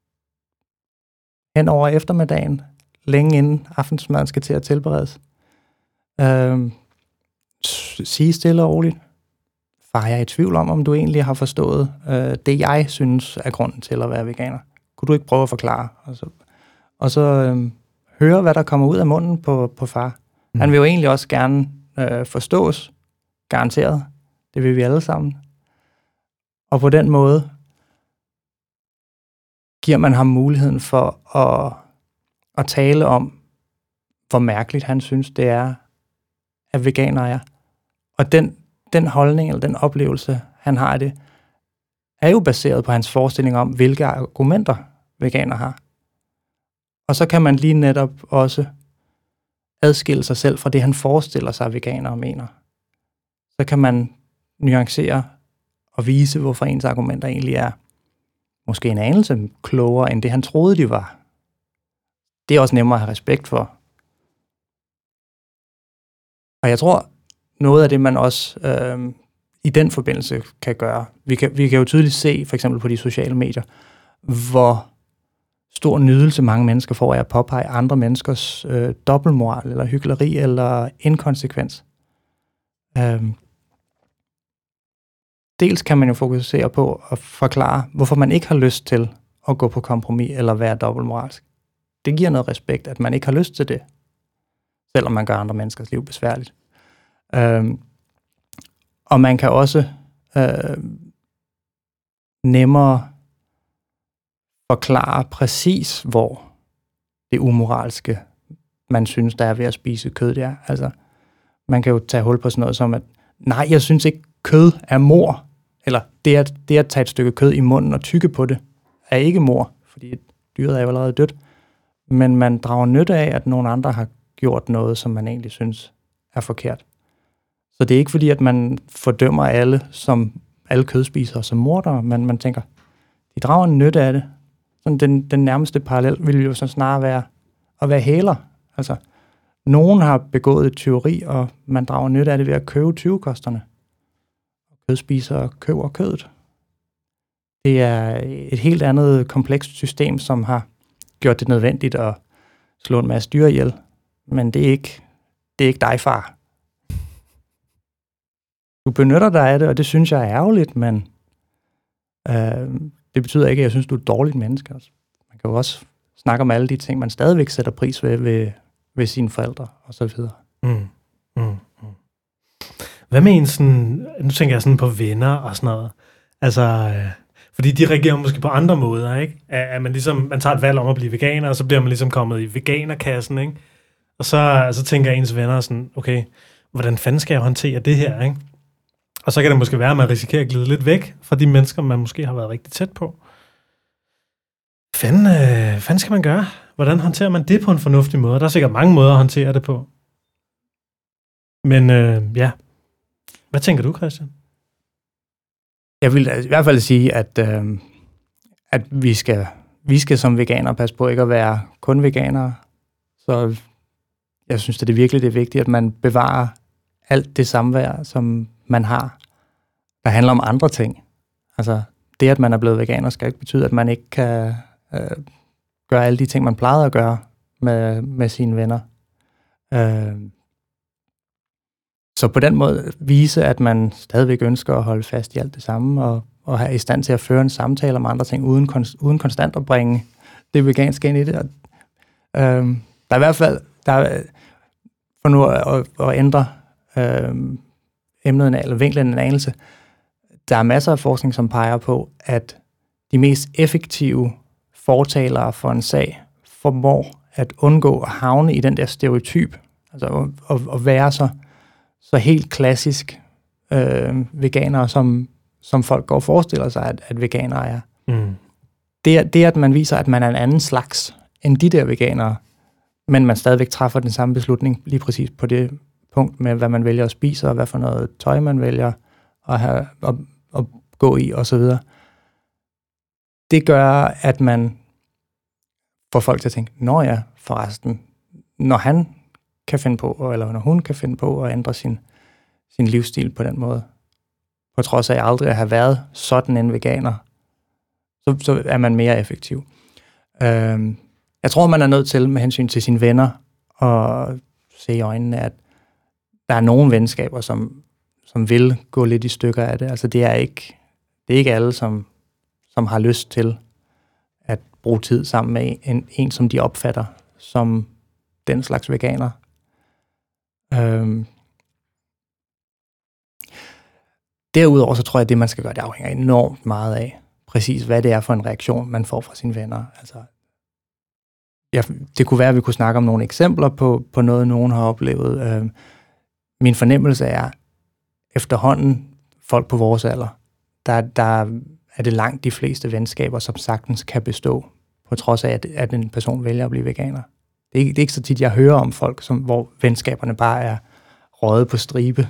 hen over eftermiddagen, længe inden aftensmaden skal til at tilberedes. Øh, sige stille og roligt. Far, jeg er i tvivl om, om du egentlig har forstået øh, det, jeg synes er grunden til at være veganer. Kunne du ikke prøve at forklare? Og så, og så øh, høre, hvad der kommer ud af munden på, på far. Mm. Han vil jo egentlig også gerne øh, forstås, garanteret. Det vil vi alle sammen. Og på den måde giver man ham muligheden for at, at tale om, hvor mærkeligt han synes, det er, at veganer er. Og den, den holdning, eller den oplevelse, han har af det, er jo baseret på hans forestilling om, hvilke argumenter veganer har. Og så kan man lige netop også adskille sig selv fra det, han forestiller sig, at veganere mener. Så kan man nuancere og vise, hvorfor ens argumenter egentlig er måske en anelse klogere, end det han troede, de var. Det er også nemmere at have respekt for. Og jeg tror, noget af det, man også øh, i den forbindelse kan gøre, vi kan, vi kan jo tydeligt se, for eksempel på de sociale medier, hvor stor nydelse mange mennesker får af at påpege andre menneskers øh, dobbeltmoral, eller hykleri, eller inkonsekvens. Øh, dels kan man jo fokusere på at forklare, hvorfor man ikke har lyst til at gå på kompromis, eller være dobbeltmoralsk. Det giver noget respekt, at man ikke har lyst til det, selvom man gør andre menneskers liv besværligt. Øhm, og man kan også øh, nemmere forklare præcis, hvor det umoralske, man synes, der er ved at spise kød, det er. Altså, man kan jo tage hul på sådan noget som, at nej, jeg synes ikke, kød er mor. Eller det at, det at tage et stykke kød i munden og tykke på det, er ikke mor, fordi dyret er jo allerede dødt. Men man drager nytte af, at nogle andre har gjort noget, som man egentlig synes er forkert. Så det er ikke fordi, at man fordømmer alle, som alle kødspisere som mordere, men man tænker, de drager en nytte af det. Sådan den, den nærmeste parallel vil jo så snarere være at være hæler. Altså, nogen har begået et tyveri, og man drager nytte af det ved at købe tyvekosterne. Kødspisere køber kødet. Det er et helt andet komplekst system, som har gjort det nødvendigt at slå en masse dyr ihjel. Men det er ikke, det er ikke dig, far. Du benytter dig af det, og det synes jeg er ærgerligt, men øh, det betyder ikke, at jeg synes, du er et dårligt menneske. Altså, man kan jo også snakke om alle de ting, man stadigvæk sætter pris ved, ved, ved sine forældre, og så videre. Mm. Mm. Mm. Hvad med en sådan, nu tænker jeg sådan på venner og sådan noget, altså, øh, fordi de reagerer måske på andre måder, ikke? At, at man ligesom, man tager et valg om at blive veganer, og så bliver man ligesom kommet i veganerkassen, ikke? Og så, så tænker ens venner sådan, okay, hvordan fanden skal jeg håndtere det her, ikke? Og så kan det måske være, at man risikerer at glide lidt væk fra de mennesker, man måske har været rigtig tæt på. Fanden, øh, fanden skal man gøre? Hvordan håndterer man det på en fornuftig måde? Der er sikkert mange måder at håndtere det på. Men øh, ja, hvad tænker du, Christian? Jeg vil i hvert fald sige, at, øh, at vi, skal, vi skal som veganere passe på ikke at være kun veganere. Så jeg synes, at det virkelig det er vigtigt, at man bevarer alt det samvær, som man har, der handler om andre ting. Altså, det, at man er blevet veganer, skal ikke betyde, at man ikke kan øh, gøre alle de ting, man plejede at gøre med, med sine venner. Øh, så på den måde vise, at man stadigvæk ønsker at holde fast i alt det samme, og, og have i stand til at føre en samtale om andre ting, uden, konst, uden konstant at bringe det veganske ind i det. Og, øh, der er i hvert fald, der er, for nu at, at ændre øh, emnet, eller vinklen en anelse, der er masser af forskning, som peger på, at de mest effektive fortalere for en sag formår at undgå at havne i den der stereotyp, altså at, at være så, så helt klassisk øh, veganere, som, som folk går og forestiller sig, at, at veganere er. Mm. Det er. Det, at man viser, at man er en anden slags end de der veganere, men man stadigvæk træffer den samme beslutning lige præcis på det punkt med, hvad man vælger at spise, og hvad for noget tøj man vælger at, have, at, at gå i, og så videre. Det gør, at man får folk til at tænke, nå ja, forresten, når han kan finde på, eller når hun kan finde på at ændre sin, sin livsstil på den måde, på trods af aldrig at have været sådan en veganer, så, så er man mere effektiv. Øh, jeg tror, man er nødt til med hensyn til sine venner og se i øjnene, at der er nogle venskaber, som, som vil gå lidt i stykker af det. Altså det er ikke, det er ikke alle, som, som har lyst til at bruge tid sammen med en, en som de opfatter som den slags veganer. Øhm. Derudover så tror jeg, at det, man skal gøre, det afhænger enormt meget af præcis, hvad det er for en reaktion, man får fra sine venner. Altså, ja, det kunne være, at vi kunne snakke om nogle eksempler på, på noget, nogen har oplevet. Øhm. Min fornemmelse er, efterhånden folk på vores alder, der, der er det langt de fleste venskaber, som sagtens kan bestå, på trods af, at, at en person vælger at blive veganer. Det er, ikke, det er ikke så tit, jeg hører om folk, som, hvor venskaberne bare er røget på stribe.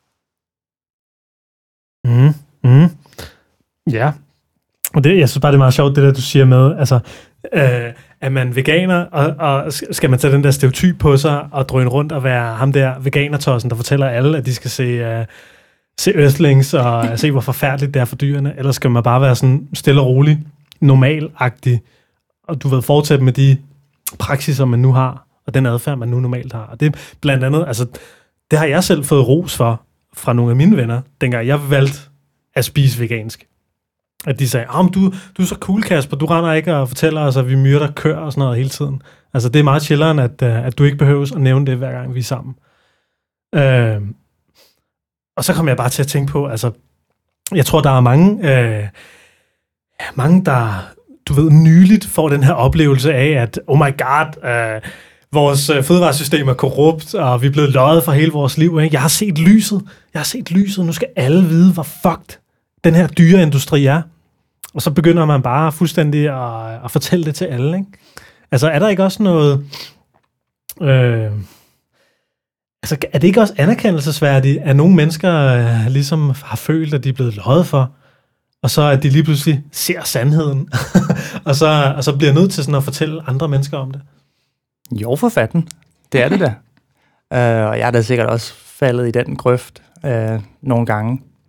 Mm, mm. Ja, og det, jeg synes bare, det er meget sjovt, det der, du siger med, altså, øh, er man veganer, og, og skal man tage den der stereotyp på sig, og drøne rundt og være ham der veganertossen, der fortæller alle, at de skal se, uh, se Earthlings, og se, hvor forfærdeligt det er for dyrene, eller skal man bare være sådan stille og rolig, normalagtig, og du ved, fortsætte med de praksiser, man nu har, og den adfærd, man nu normalt har. Og det er blandt andet, altså, det har jeg selv fået ros for, fra nogle af mine venner, dengang jeg valgte at spise vegansk. At de sagde, oh, du, du er så cool, Kasper, du render ikke og fortæller os, at vi myrder køer og sådan noget hele tiden. Altså, det er meget chilleren, at, at du ikke behøves at nævne det, hver gang vi er sammen. Øh, og så kom jeg bare til at tænke på, altså, jeg tror, der er mange, øh, mange, der, du ved, nyligt får den her oplevelse af, at, oh my god, øh, vores fødevaresystem er korrupt, og vi er blevet løjet for hele vores liv. Ikke? Jeg har set lyset. Jeg har set lyset. Nu skal alle vide, hvor fucked den her dyreindustri er. Og så begynder man bare fuldstændig at, at fortælle det til alle. Ikke? Altså, er der ikke også noget... Øh, altså, er det ikke også anerkendelsesværdigt, at nogle mennesker øh, ligesom har følt, at de er blevet løjet for, og så at de lige pludselig ser sandheden, og, så, og så bliver nødt til sådan at fortælle andre mennesker om det? Jo, for fanden. Det er det da. uh, og jeg er da sikkert også faldet i den grøft uh, nogle gange.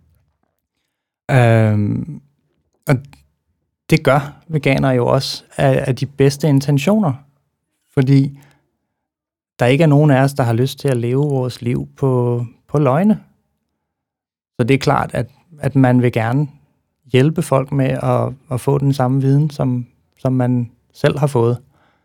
Uh, og det gør veganere jo også af, af de bedste intentioner. Fordi der ikke er nogen af os, der har lyst til at leve vores liv på, på løgne. Så det er klart, at, at man vil gerne hjælpe folk med at, at få den samme viden, som, som man selv har fået.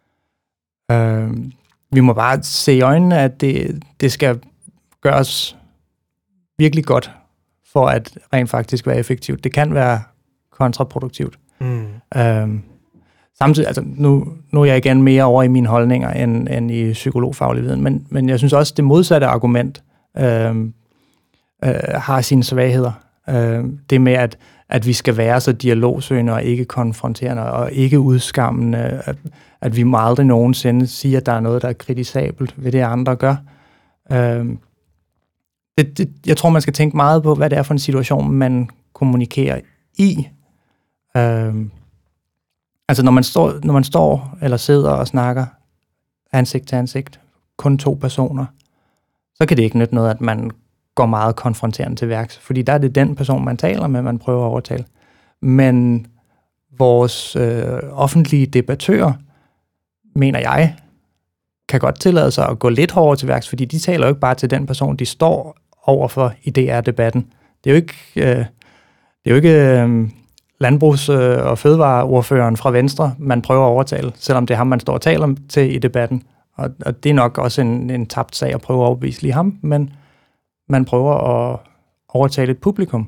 Uh, vi må bare se i øjnene, at det, det skal gøres virkelig godt, for at rent faktisk være effektivt. Det kan være kontraproduktivt. Mm. Uh, samtidig, altså nu, nu er jeg igen mere over i mine holdninger, end, end i psykologfaglig viden, men, men jeg synes også, det modsatte argument uh, uh, har sine svagheder. Uh, det med, at, at vi skal være så dialogsøgende og ikke konfronterende og ikke udskammende, at, at vi må aldrig nogensinde sige, at der er noget, der er kritisabelt ved det, andre gør. Uh, det, det, jeg tror, man skal tænke meget på, hvad det er for en situation, man kommunikerer i. Uh, altså, når man, står, når man står eller sidder og snakker ansigt til ansigt, kun to personer, så kan det ikke nytte noget, at man går meget konfronterende til værks, fordi der er det den person, man taler med, man prøver at overtale. Men vores øh, offentlige debattører, mener jeg, kan godt tillade sig at gå lidt hårdere til værks, fordi de taler jo ikke bare til den person, de står overfor i D R-debatten. Det er jo ikke, øh, det er jo ikke øh, landbrugs- og fødevareordføreren fra Venstre, man prøver at overtale, selvom det er ham, man står og taler til i debatten. Og, og det er nok også en, en tabt sag at prøve at overbevise lige ham, men man prøver at overtale et publikum.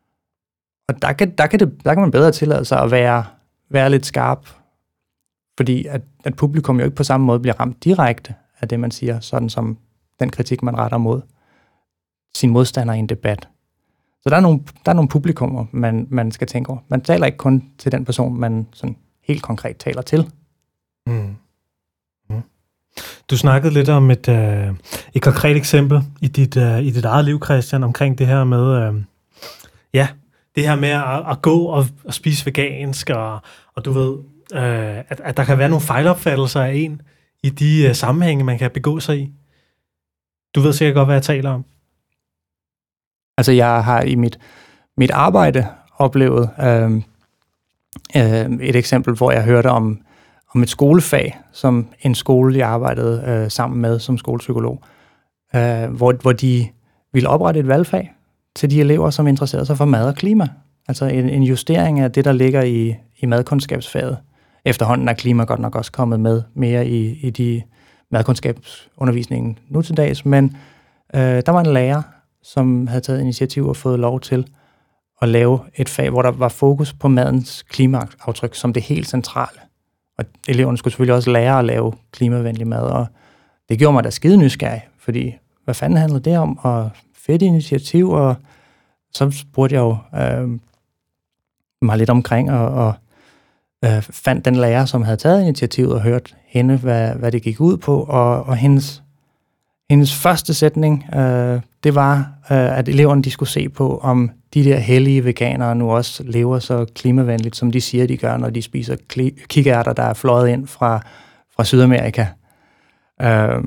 Og der kan, der kan, det, der kan man bedre tillade sig at være, være lidt skarp, fordi at, at publikum jo ikke på samme måde bliver ramt direkte af det, man siger, sådan som den kritik, man retter mod sin modstander i en debat. Så der er nogle, der er nogle publikummer, man, man skal tænke over. Man taler ikke kun til den person, man sådan helt konkret taler til. Mm. Mm. Du snakkede lidt om et, øh, et konkret eksempel i dit, øh, i dit eget liv, Christian, omkring det her med, øh, ja, det her med at, at gå og, og spise vegansk, og, og du ved, øh, at, at der kan være nogle fejlopfattelser af en i de øh, sammenhænge, man kan begå sig i. Du ved sikkert godt, hvad jeg taler om. Altså, jeg har i mit, mit arbejde oplevet, øh, øh, et eksempel, hvor jeg hørte om, om et skolefag, som en skole, jeg arbejdede øh, sammen med som skolepsykolog, øh, hvor, hvor de ville oprette et valgfag til de elever, som interesserede sig for mad og klima. Altså en, en justering af det, der ligger i, i madkundskabsfaget. Efterhånden er klima godt nok også kommet med mere i, i de madkundskabsundervisningen nu til dags, men øh, der var en lærer, som havde taget initiativ og fået lov til at lave et fag, hvor der var fokus på madens klimaaftryk som det helt centrale. Og eleverne skulle selvfølgelig også lære at lave klimavenlig mad, og det gjorde mig da skide nysgerrig, fordi hvad fanden handlede det om? Og fedt initiativ, og så spurgte jeg jo øh, mig lidt omkring, og, og øh, fandt den lærer, som havde taget initiativet, og hørt hende, hvad, hvad det gik ud på, og, og hendes, hendes første sætning, øh, det var, øh, at eleverne de skulle se på, om de der hellige veganere nu også lever så klimavenligt, som de siger, de gør, når de spiser kli- kikærter, der er fløjet ind fra, fra Sydamerika. Øh,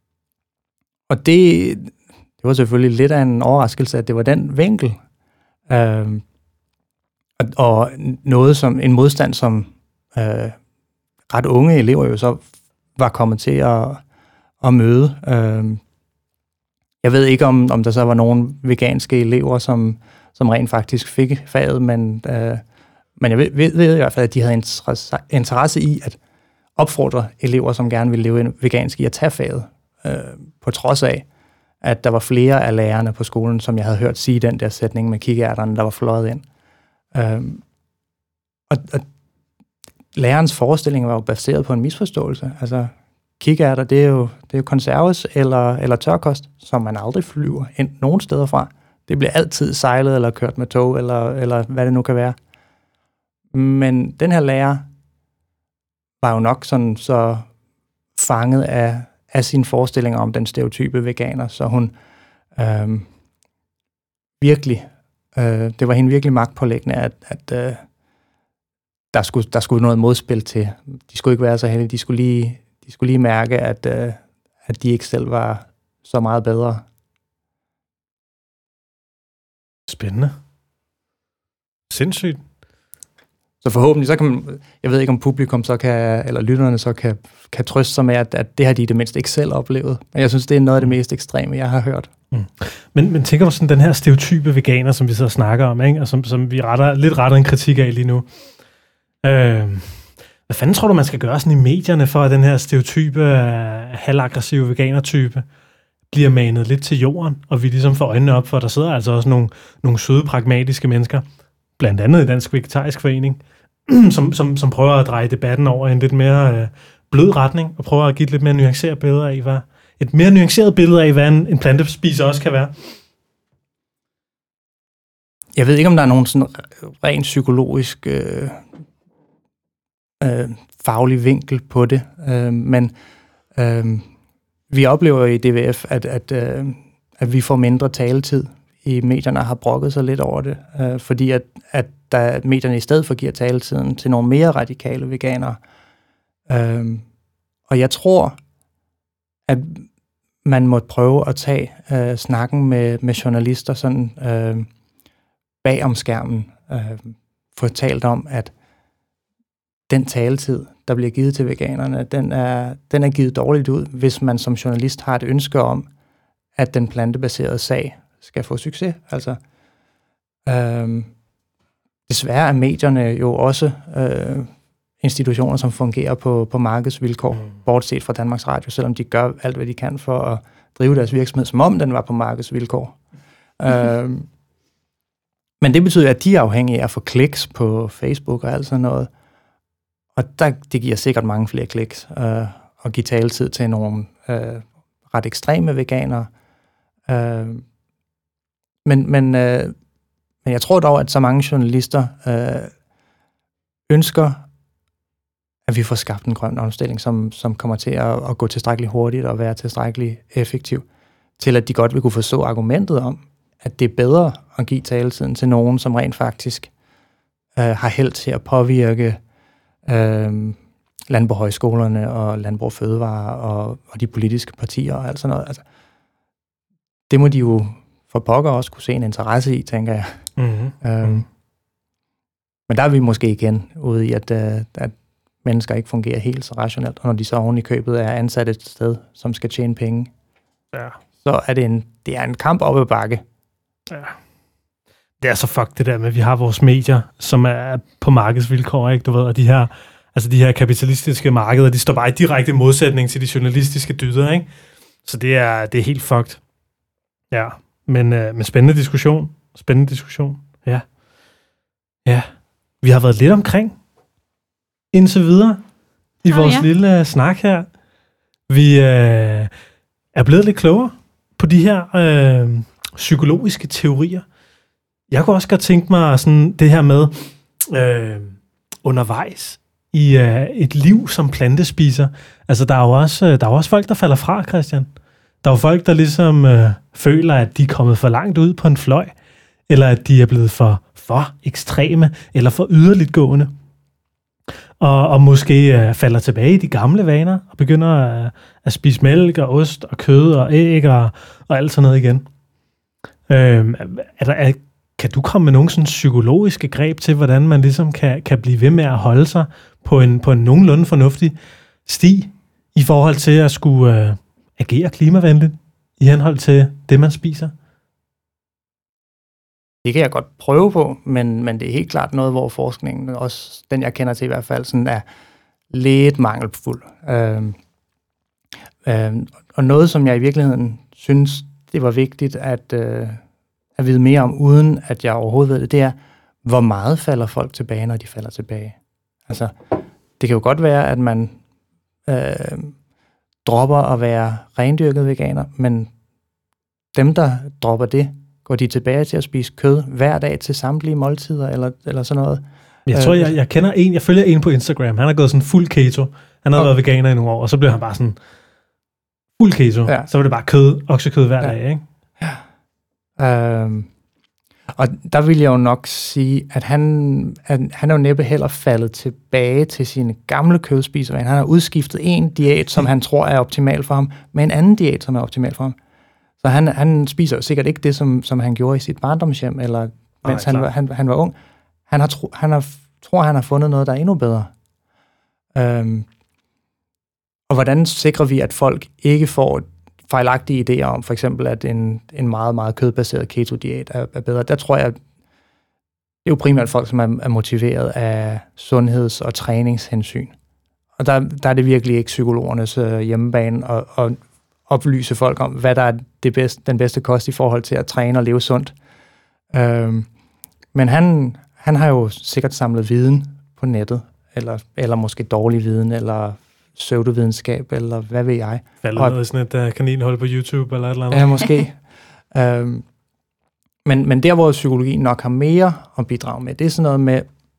og det, det var selvfølgelig lidt af en overraskelse, at det var den vinkel. Øh, og, og noget som en modstand, som øh, ret unge elever jo så var kommet til at, at møde. Øh, jeg ved ikke, om, om der så var nogle veganske elever, som, som rent faktisk fik faget, men, øh, men jeg ved, ved, ved i hvert fald, at de havde interesse, interesse i at opfordre elever, som gerne ville leve vegansk, i at tage faget, øh, på trods af, at der var flere af lærerne på skolen, som jeg havde hørt sige den der sætning med kikærterne, der var fløjet ind. Øhm, og, og lærerens forestilling var jo baseret på en misforståelse. Altså, kikærter, det er jo, det er jo konserves eller, eller tørkost, som man aldrig flyver ind nogen steder fra. Det bliver altid sejlet eller kørt med tog, eller, eller hvad det nu kan være. Men den her lærer var jo nok sådan så fanget af af sine forestillinger om den stereotype veganer, så hun øh, virkelig, øh, det var hende virkelig magtpålæggende, at, at øh, der, skulle, der skulle noget modspil til. De skulle ikke være så heldige, de skulle lige, de skulle lige mærke, at, øh, at de ikke selv var så meget bedre. Spændende. Sindssygt. Så forhåbentlig, så kan man, jeg ved ikke om publikum så kan, eller lytterne så kan, kan trøste sig med, at, at det har de i det mindste ikke selv oplevet. Men jeg synes, det er noget af det mest ekstreme, jeg har hørt. Mm. Men, men tænker du sådan, den her stereotype veganer, som vi så snakker om, ikke? Og som, som vi retter, lidt retter en kritik af lige nu. Øh, hvad fanden tror du, man skal gøre sådan i medierne, for at den her stereotype, uh, halvaggressive veganer-type bliver manet lidt til jorden, og vi ligesom får øjnene op for, at der sidder altså også nogle, nogle søde, pragmatiske mennesker, blandt andet i Dansk Vegetarisk Forening, som, som, som prøver at dreje debatten over i en lidt mere øh, blød retning, og prøver at give et lidt mere nuanceret billede af, hvad, et mere nuanceret billede af, hvad en, en plantespiser også kan være. Jeg ved ikke, om der er nogen sådan rent psykologisk øh, øh, faglig vinkel på det, øh, men øh, vi oplever i D V F, at, at, øh, at vi får mindre taletid i medierne, har brokket sig lidt over det, øh, fordi at, at der, medierne i stedet for giver taletiden til nogle mere radikale veganere. Øh, og jeg tror, at man må prøve at tage øh, snakken med, med journalister sådan øh, bag om skærmen, øh, fortalt om, at den taletid, der bliver givet til veganerne, den er, den er givet dårligt ud, hvis man som journalist har et ønske om, at den plantebaserede sag skal få succes. Altså, øh, desværre er medierne jo også øh, institutioner, som fungerer på, på markedsvilkår, mm. bortset fra Danmarks Radio, selvom de gør alt, hvad de kan for at drive deres virksomhed, som om den var på markedsvilkår. Mm. Øh, men det betyder, at de er afhængige af at få kliks på Facebook og alt sådan noget. Og der, det giver sikkert mange flere kliks øh, og give taletid til nogle øh, ret ekstreme veganere. Øh, men, men, øh, men jeg tror dog, at så mange journalister øh, ønsker, at vi får skabt en grøn omstilling, som, som kommer til at, at gå tilstrækkeligt hurtigt og være tilstrækkeligt effektiv, til at de godt vil kunne forstå argumentet om, at det er bedre at give taletiden til nogen, som rent faktisk øh, har held til at påvirke øh, landbrugshøjskolerne og Landbrug Fødevare og, og de politiske partier og alt sådan noget. Altså, det må de jo for pokker også kunne se en interesse i, tænker jeg. Mm-hmm. Øhm, Men der er vi måske igen ude i, at, at mennesker ikke fungerer helt så rationelt, og når de så oven i købet er ansat et sted, som skal tjene penge, ja. så er det en, det er en kamp op ad bakke. Ja. Det er så fuck det der med, at vi har vores medier, som er på markedsvilkår, ikke? Du ved, og de her, altså de her kapitalistiske markeder, de står bare i direkte modsætning til de journalistiske dyder, ikke? Så det er, det er helt fucked. Ja, men, øh, men spændende diskussion. Spændende diskussion, ja. Ja, vi har været lidt omkring indtil videre i oh, vores ja. lille uh, snak her. Vi øh, er blevet lidt klogere på de her øh, psykologiske teorier. Jeg kunne også godt tænke mig sådan det her med øh, undervejs i øh, et liv som plantespiser. Altså, der er jo også, der er jo også folk, der falder fra, Christian. Der er jo folk, der ligesom øh, føler, at de er kommet for langt ud på en fløj, eller at de er blevet for, for ekstreme, eller for yderligtgående. Og, og måske øh, falder tilbage i de gamle vaner, og begynder øh, at spise mælk og ost og kød og æg og, og alt sådan noget igen. Øh, er der, er, kan du komme med nogle sådan psykologiske greb til, hvordan man ligesom kan, kan blive ved med at holde sig på en, på en nogenlunde fornuftig sti, i forhold til at skulle øh, agere klimavenligt, i henhold til det, man spiser? Det kan jeg godt prøve på, men, men det er helt klart noget, hvor forskningen, også den jeg kender til i hvert fald, sådan er lidt mangelfuld. Øhm, øhm, og noget, som jeg i virkeligheden synes, det var vigtigt at, øh, at vide mere om, uden at jeg overhovedet ved det, det er, hvor meget falder folk tilbage, når de falder tilbage. Altså, det kan jo godt være, at man øh, dropper at være rendyrket veganer, men dem, der dropper det, går de tilbage til at spise kød hver dag til samtlige måltider, eller, eller sådan noget? Jeg tror, jeg, jeg kender en, jeg følger en på Instagram, han har gået sådan fuld keto, han har okay. været veganer i nogle år, og så blev han bare sådan fuld keto, ja. Så var det bare kød, oksekød hver ja. dag, ikke? Ja. Øhm, og der vil jeg jo nok sige, at han, at han er jo næppe heller faldet tilbage til sine gamle kødspisevaner. Han har udskiftet en diæt, som han tror er optimal for ham, med en anden diæt, som er optimal for ham. Så han, han spiser jo sikkert ikke det, som, som han gjorde i sit barndomshjem, eller mens Ej, han, han, han var ung. Han, har tro, han har, tror, han har fundet noget, der er endnu bedre. Øhm, og hvordan sikrer vi, at folk ikke får fejlagtige idéer om, for eksempel, at en, en meget, meget kødbaseret keto-diæt er, er bedre? Der tror jeg, det er jo primært folk, som er, er motiveret af sundheds- og træningshensyn. Og der, der er det virkelig ikke psykologernes øh, hjemmebane at, at oplyse folk om, hvad der er det bedste, den bedste kost i forhold til at træne og leve sundt. Øhm, men han, han har jo sikkert samlet viden på nettet, eller, eller måske dårlig viden, eller pseudovidenskab, eller hvad ved jeg. Faldet og, noget sådan et uh, kaninhold på YouTube, eller et eller andet. Ja, måske. øhm, men, men der, hvor psykologien nok har mere at bidrage med, det er sådan noget med,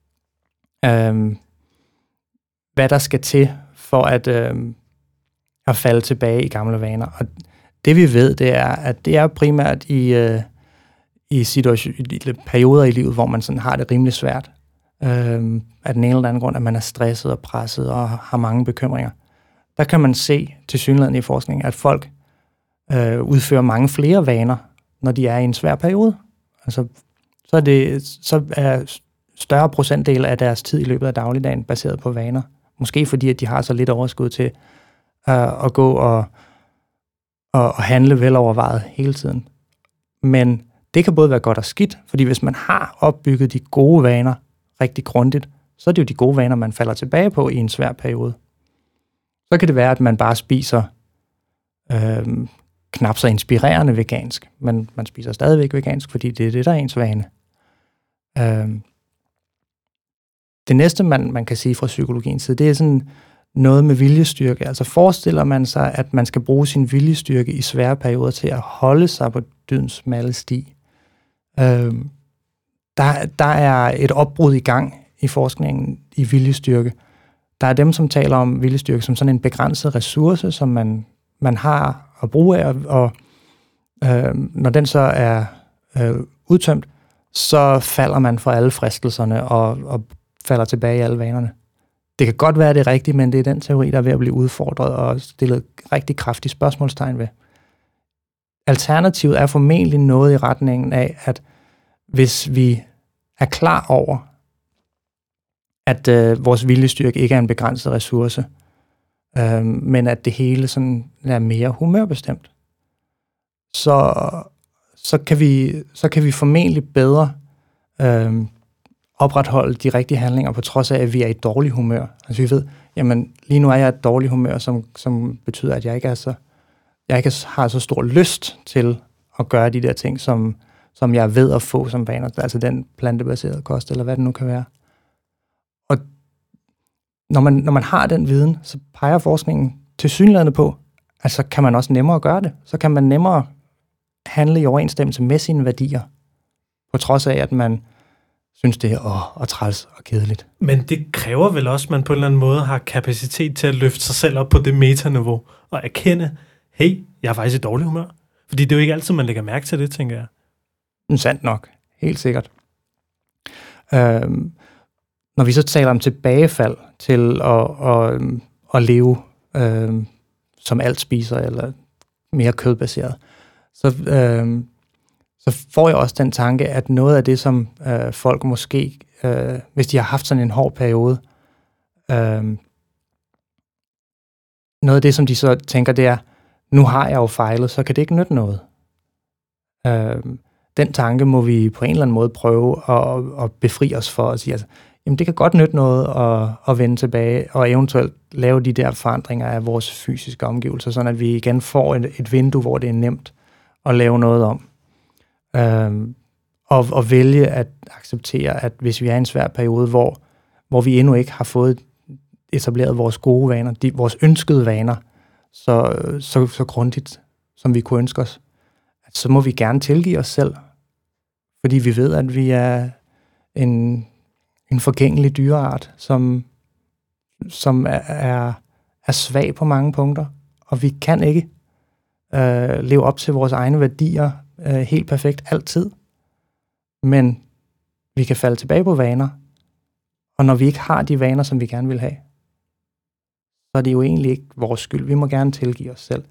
øhm, hvad der skal til for at, øhm, at falde tilbage i gamle vaner. Og det vi ved, det er, at det er primært i, øh, i, situation, i perioder i livet, hvor man sådan har det rimelig svært. Øh, af den ene eller anden grund, at man er stresset og presset og har mange bekymringer. Der kan man se tilsyneladende i forskningen, at folk øh, udfører mange flere vaner, når de er i en svær periode. Altså, så er det så er større procentdel af deres tid i løbet af dagligdagen baseret på vaner. Måske fordi, at de har så lidt overskud til øh, at gå og, og, og handle velovervejet hele tiden. Men det kan både være godt og skidt, fordi hvis man har opbygget de gode vaner rigtig grundigt, så er det jo de gode vaner, man falder tilbage på i en svær periode. Så kan det være, at man bare spiser øh, knap så inspirerende vegansk, men man spiser stadigvæk vegansk, fordi det er det, der er ens vane. Øh, det næste, man, man kan sige fra psykologiens side, det er sådan noget med viljestyrke. Altså forestiller man sig, at man skal bruge sin viljestyrke i svære perioder til at holde sig på dydens smalle sti. Øh, der, der er et opbrud i gang i forskningen i viljestyrke. Der er dem, som taler om viljestyrke som sådan en begrænset ressource, som man, man har at bruge af, og øh, når den så er øh, udtømt, så falder man for alle fristelserne og, og falder tilbage i alle vanerne. Det kan godt være, det er rigtigt, men det er den teori, der er ved at blive udfordret og stillet rigtig kraftige spørgsmålstegn ved. Alternativet er formentlig noget i retningen af, at hvis vi er klar over, at øh, vores viljestyrke ikke er en begrænset ressource, øh, men at det hele sådan er mere humørbestemt. Så, så, kan, vi, så kan vi formentlig bedre øh, opretholde de rigtige handlinger, på trods af, at vi er i dårlig humør. Altså vi ved, jamen lige nu er jeg i et dårligt humør, som, som betyder, at jeg ikke, er så, jeg ikke har så stor lyst til at gøre de der ting, som, som jeg ved at få som vaner, altså den plantebaserede kost, eller hvad det nu kan være. Og når man, når man har den viden, så peger forskningen tilsyneladende på, at så kan man også nemmere gøre det. Så kan man nemmere handle i overensstemmelse med sine værdier, på trods af, at man synes, det er åh, og træls og kedeligt. Men det kræver vel også, at man på en eller anden måde har kapacitet til at løfte sig selv op på det metaniveau, og erkende, hey, jeg er faktisk i dårlig humør. Fordi det er jo ikke altid, man lægger mærke til det, tænker jeg. Men sandt nok. Helt sikkert. Øhm, når vi så taler om tilbagefald til at, at, at leve øhm, som alt spiser, eller mere kødbaseret, så, øhm, så får jeg også den tanke, at noget af det, som øh, folk måske, øh, hvis de har haft sådan en hård periode, øh, noget af det, som de så tænker, det er, nu har jeg jo fejlet, så kan det ikke nytte noget. Øh, den tanke må vi på en eller anden måde prøve at, at befri os for, at sige, altså, jamen det kan godt nytte noget at, at vende tilbage, og eventuelt lave de der forandringer af vores fysiske omgivelser, sådan at vi igen får et, et vindue, hvor det er nemt at lave noget om. Øhm, og, og vælge at acceptere, at hvis vi er i en svær periode, hvor, hvor vi endnu ikke har fået etableret vores gode vaner, de, vores ønskede vaner, så, så, så grundigt, som vi kunne ønske os, så må vi gerne tilgive os selv, fordi vi ved, at vi er en, en forgængelig dyreart, som, som er, er, er svag på mange punkter, og vi kan ikke øh, leve op til vores egne værdier øh, helt perfekt altid. Men vi kan falde tilbage på vaner, og når vi ikke har de vaner, som vi gerne vil have, så er det jo egentlig ikke vores skyld. Vi må gerne tilgive os selv,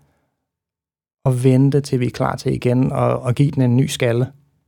og vente til vi er klar til igen, og, og give den en ny skalle.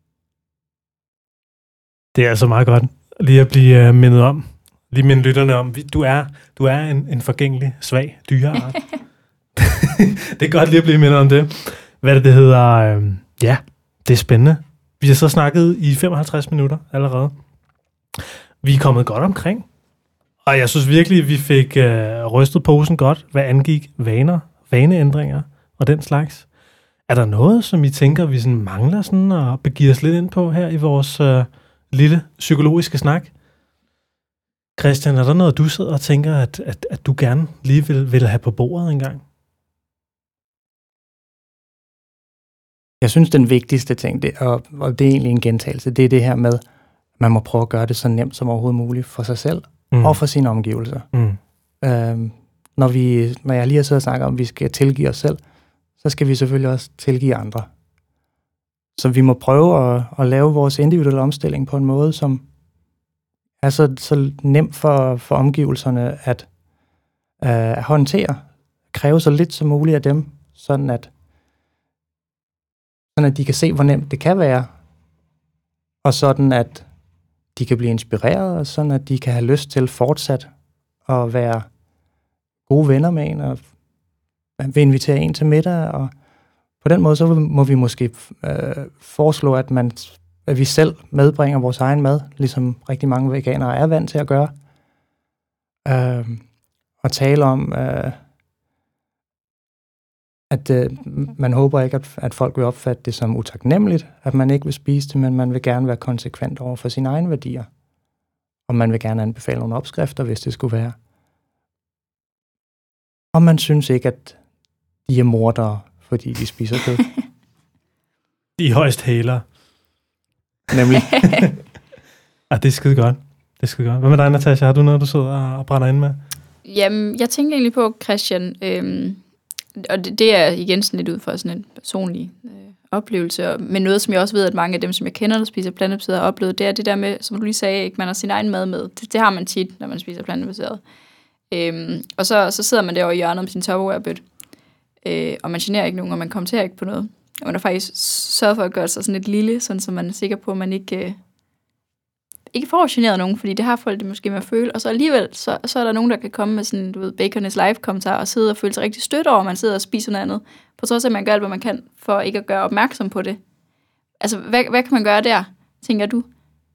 Det er altså meget godt lige at blive uh, mindet om, lige minde lytterne om, du er, du er en, en forgængelig, svag dyreart. Det er godt lige at blive mindet om det. Hvad det, det hedder, uh, ja, det er spændende. Vi har så snakket i femoghalvtreds minutter allerede. Vi er kommet godt omkring, og jeg synes virkelig, at vi fik uh, rystet posen godt, hvad angik vaner, vaneændringer og den slags. Er der noget, som I tænker, vi sådan mangler sådan at begive os lidt ind på her i vores uh, lille psykologiske snak? Christian, er der noget, du sidder og tænker, at, at, at du gerne lige vil, vil have på bordet en gang? Jeg synes, den vigtigste ting, det, og, og det er egentlig en gentagelse, det er det her med, at man må prøve at gøre det så nemt som overhovedet muligt for sig selv mm. og for sine omgivelser. Mm. Øhm, når, vi, når jeg lige har siddet og snakket om, at vi skal tilgive os selv, så skal vi selvfølgelig også tilgive andre. Så vi må prøve at, at lave vores individuelle omstilling på en måde, som er så, så nemt for, for omgivelserne at, uh, at håndtere. Kræve så lidt som muligt af dem, sådan at, sådan at de kan se, hvor nemt det kan være, og sådan at de kan blive inspireret, og sådan at de kan have lyst til fortsat at være gode venner med en, og vil invitere en til middag, og på den måde, så må vi måske øh, foreslå, at, man, at vi selv medbringer vores egen mad, ligesom rigtig mange veganere er vant til at gøre. Øh, og tale om, øh, at øh, man håber ikke, at, at folk vil opfatte det som utaknemmeligt, at man ikke vil spise det, men man vil gerne være konsekvent over for sine egne værdier. Og man vil gerne anbefale nogle opskrifter, hvis det skulle være. Og man synes ikke, at de er mordere, fordi de spiser kød. De er højst hæler. Nemlig. Ah, det er skide godt. Det er skide godt. Hvad med dig, Natasha? Har du noget, du sidder og brænder ind med? Jamen, jeg tænker egentlig på, Christian, øhm, og det, det er igen sådan lidt ud fra sådan en personlig øh, oplevelse, og, men noget, som jeg også ved, at mange af dem, som jeg kender, der spiser plantebaseret, har oplevet, det er det der med, som du lige sagde, ikke, man har sin egen mad med. Det, det har man tit, når man spiser plantebaseret. Øhm, og så, så sidder man derovre i hjørnet med sin Tupperware-bøtte, øh, og man generer ikke nogen, og man kommenterer ikke på noget. Og man har faktisk sørget for at gøre sig sådan lidt lille, sådan så man er sikker på, at man ikke, øh, ikke får generet nogen, fordi det har folk det måske med at føle, og så alligevel, så, så er der nogen, der kan komme med sådan, du ved, Bacon's live-kommentar, og sidde og føle sig rigtig stødt over, at man sidder og spiser noget andet, på trods af, at man gør alt, hvad man kan, for ikke at gøre opmærksom på det. Altså, hvad, hvad kan man gøre der, tænker du?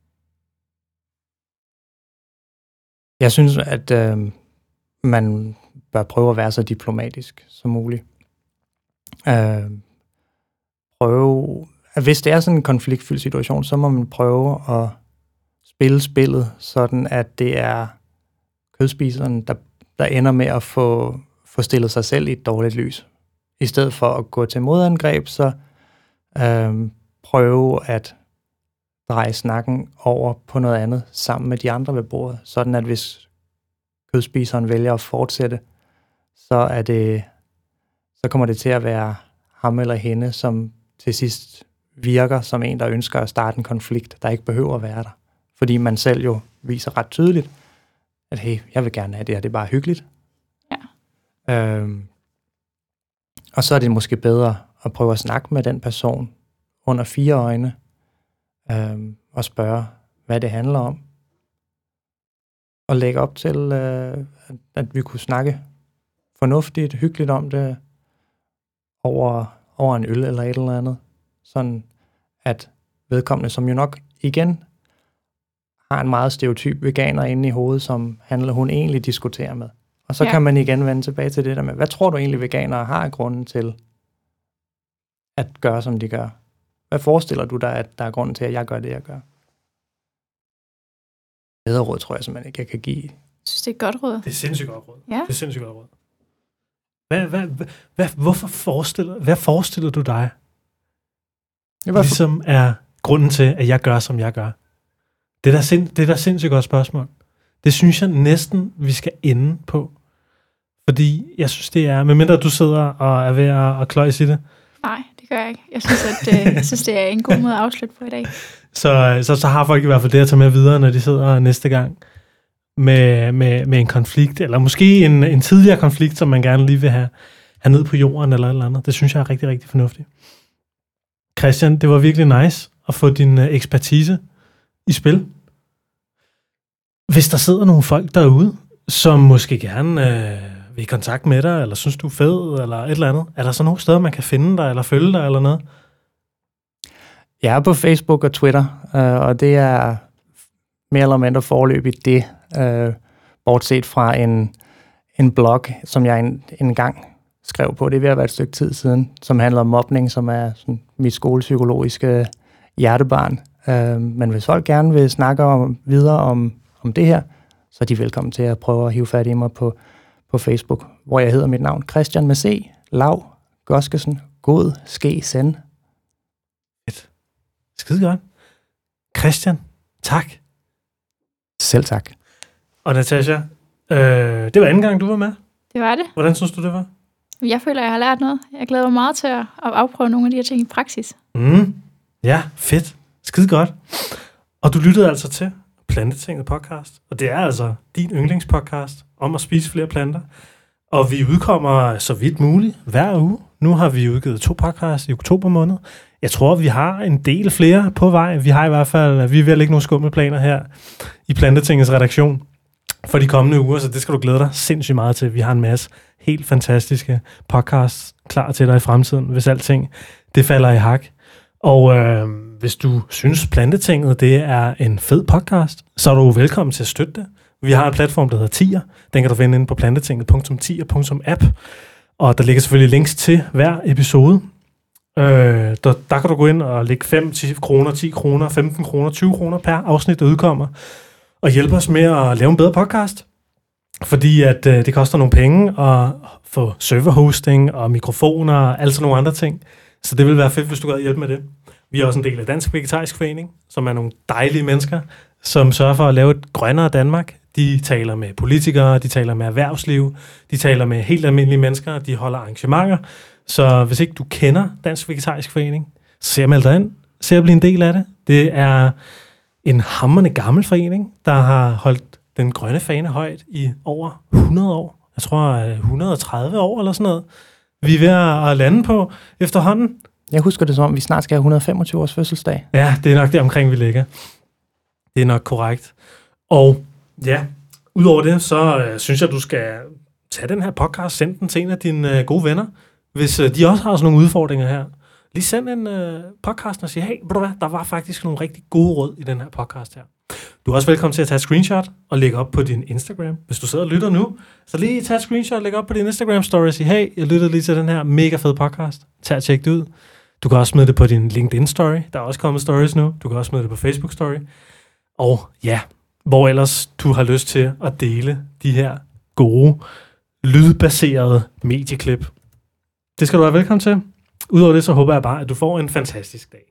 Jeg synes, at øh, man bør prøve at være så diplomatisk som muligt. Øh, prøve, at hvis det er sådan en konfliktfyldt situation, så må man prøve at spille spillet, sådan at det er kødspiseren, der, der ender med at få, få stillet sig selv i et dårligt lys. I stedet for at gå til modangreb, så øh, prøve at dreje snakken over på noget andet sammen med de andre ved bordet, sådan at hvis kødspiseren vælger at fortsætte, så er det, så kommer det til at være ham eller hende, som til sidst virker som en, der ønsker at starte en konflikt, der ikke behøver at være der. Fordi man selv jo viser ret tydeligt, at hey, jeg vil gerne have det her, det er bare hyggeligt. Ja. Øhm, og så er det måske bedre at prøve at snakke med den person under fire øjne, øhm, og spørge, hvad det handler om. Og lægge op til, øh, at, at vi kunne snakke fornuftigt, hyggeligt om det, over, over en øl eller et eller andet. Sådan at vedkommende, som jo nok igen har en meget stereotyp veganer inde i hovedet, som han eller hun egentlig diskuterer med. Og så ja. kan man igen vende tilbage til det der med, hvad tror du egentlig veganere har af grunden til at gøre, som de gør? Hvad forestiller du dig, at der er grunden til, at jeg gør det, jeg gør? Bedre råd tror jeg simpelthen ikke, jeg kan give. Jeg synes, det er et godt råd. Det er sindssygt godt råd. Ja. Det er sindssygt godt råd. Hvad, hvad, hvad, hvad, hvorfor forestiller, hvad forestiller du dig, det var ligesom er grunden til, at jeg gør, som jeg gør? Det er da, sind, det er da sindssygt godt spørgsmål. Det synes jeg næsten, vi skal ende på. Fordi jeg synes, det er, medmindre du sidder og er ved at, at kløjse i det. Nej, det gør jeg ikke. Jeg synes, at, øh, jeg synes, det er en god måde at afslutte på i dag. Så, så, så har folk i hvert fald det at tage med videre, når de sidder næste gang med, med, med en konflikt, eller måske en, en tidligere konflikt, som man gerne lige vil have, have ned på jorden, eller et eller andet. Det synes jeg er rigtig, rigtig fornuftigt. Christian, det var virkelig nice at få din uh, ekspertise i spil. Hvis der sidder nogle folk derude, som måske gerne øh, vil i kontakt med dig, eller synes du er fed, eller et eller andet, er der så nogle steder, man kan finde dig, eller følge dig, eller noget? Jeg er på Facebook og Twitter, øh, og det er mere eller mindre foreløbigt det, øh, bortset fra en, en blog, som jeg en, en gang skrev på, det er ved at være et stykke tid siden, som handler om mobning, som er sådan, mit skolepsykologiske hjertebarn. Øh, men hvis folk gerne vil snakke om, videre om, om det her, så er de velkommen til at prøve at hive fat i mig på, på Facebook, hvor jeg hedder mit navn Christian med C, Lav, Goskesen, God, Ske, Send. Skide godt. Christian, tak. Selv tak. Og Natasha, øh, det var anden gang, du var med. Det var det. Hvordan synes du, det var? Jeg føler, jeg har lært noget. Jeg glæder mig meget til at afprøve nogle af de her ting i praksis. Mm. Ja, fedt. Skide godt. Og du lyttede altså til Plantetinget podcast. Og det er altså din yndlingspodcast om at spise flere planter. Og vi udkommer så vidt muligt hver uge. Nu har vi udgivet to podcasts i oktober måned. Jeg tror, vi har en del flere på vej. Vi har i hvert fald, vi er ved at lægge nogle skummelplaner her i Plantetingets redaktion for de kommende uger, så det skal du glæde dig sindssygt meget til. Vi har en masse helt fantastiske podcasts klar til dig i fremtiden, hvis alting det falder i hak. Og øh, hvis du synes, Plantetinget det er en fed podcast, så er du velkommen til at støtte det. Vi har en platform, der hedder Tier. Den kan du finde inde på plantetinget punktum tier punktum app. Og der ligger selvfølgelig links til hver episode. Øh, der, der kan du gå ind og lægge fem kroner, ti kroner, femten kroner, tyve kroner per afsnit, der udkommer. Og hjælpe os med at lave en bedre podcast. Fordi at øh, det koster nogle penge at få serverhosting og mikrofoner og alt sådan nogle andre ting. Så det vil være fedt, hvis du kan hjælpe med det. Vi er også en del af Dansk Vegetarisk Forening, som er nogle dejlige mennesker, som sørger for at lave et grønnere Danmark. De taler med politikere, de taler med erhvervsliv, de taler med helt almindelige mennesker, de holder arrangementer. Så hvis ikke du kender Dansk Vegetarisk Forening, så se at melde dig ind, se at blive en del af det. Det er en hamrende gammel forening, der har holdt den grønne fane højt i over hundrede år. Jeg tror et hundrede og tredive år eller sådan noget. Vi er ved at lande på efterhånden. Jeg husker det som om, vi snart skal have et hundrede og femogtyve års fødselsdag. Ja, det er nok det omkring, vi ligger. Det er nok korrekt. Og ja, udover det, så øh, synes jeg, du skal tage den her podcast, send den til en af dine øh, gode venner, hvis øh, de også har sådan nogle udfordringer her. Lige send en øh, podcast og sige, hey, ved du hvad, der var faktisk nogle rigtig gode råd i den her podcast her. Du er også velkommen til at tage et screenshot og lægge op på din Instagram. Hvis du sidder og lytter nu, så lige tage et screenshot og lægge op på din Instagram story og sige, hey, jeg lyttede lige til den her mega fede podcast. Tag og tjek det ud. Du kan også smide det på din LinkedIn story. Der er også kommet stories nu. Du kan også smide det på Facebook story. Og ja, hvor ellers du har lyst til at dele de her gode, lydbaserede medieklip. Det skal du være velkommen til. Udover det, så håber jeg bare, at du får en fantastisk dag.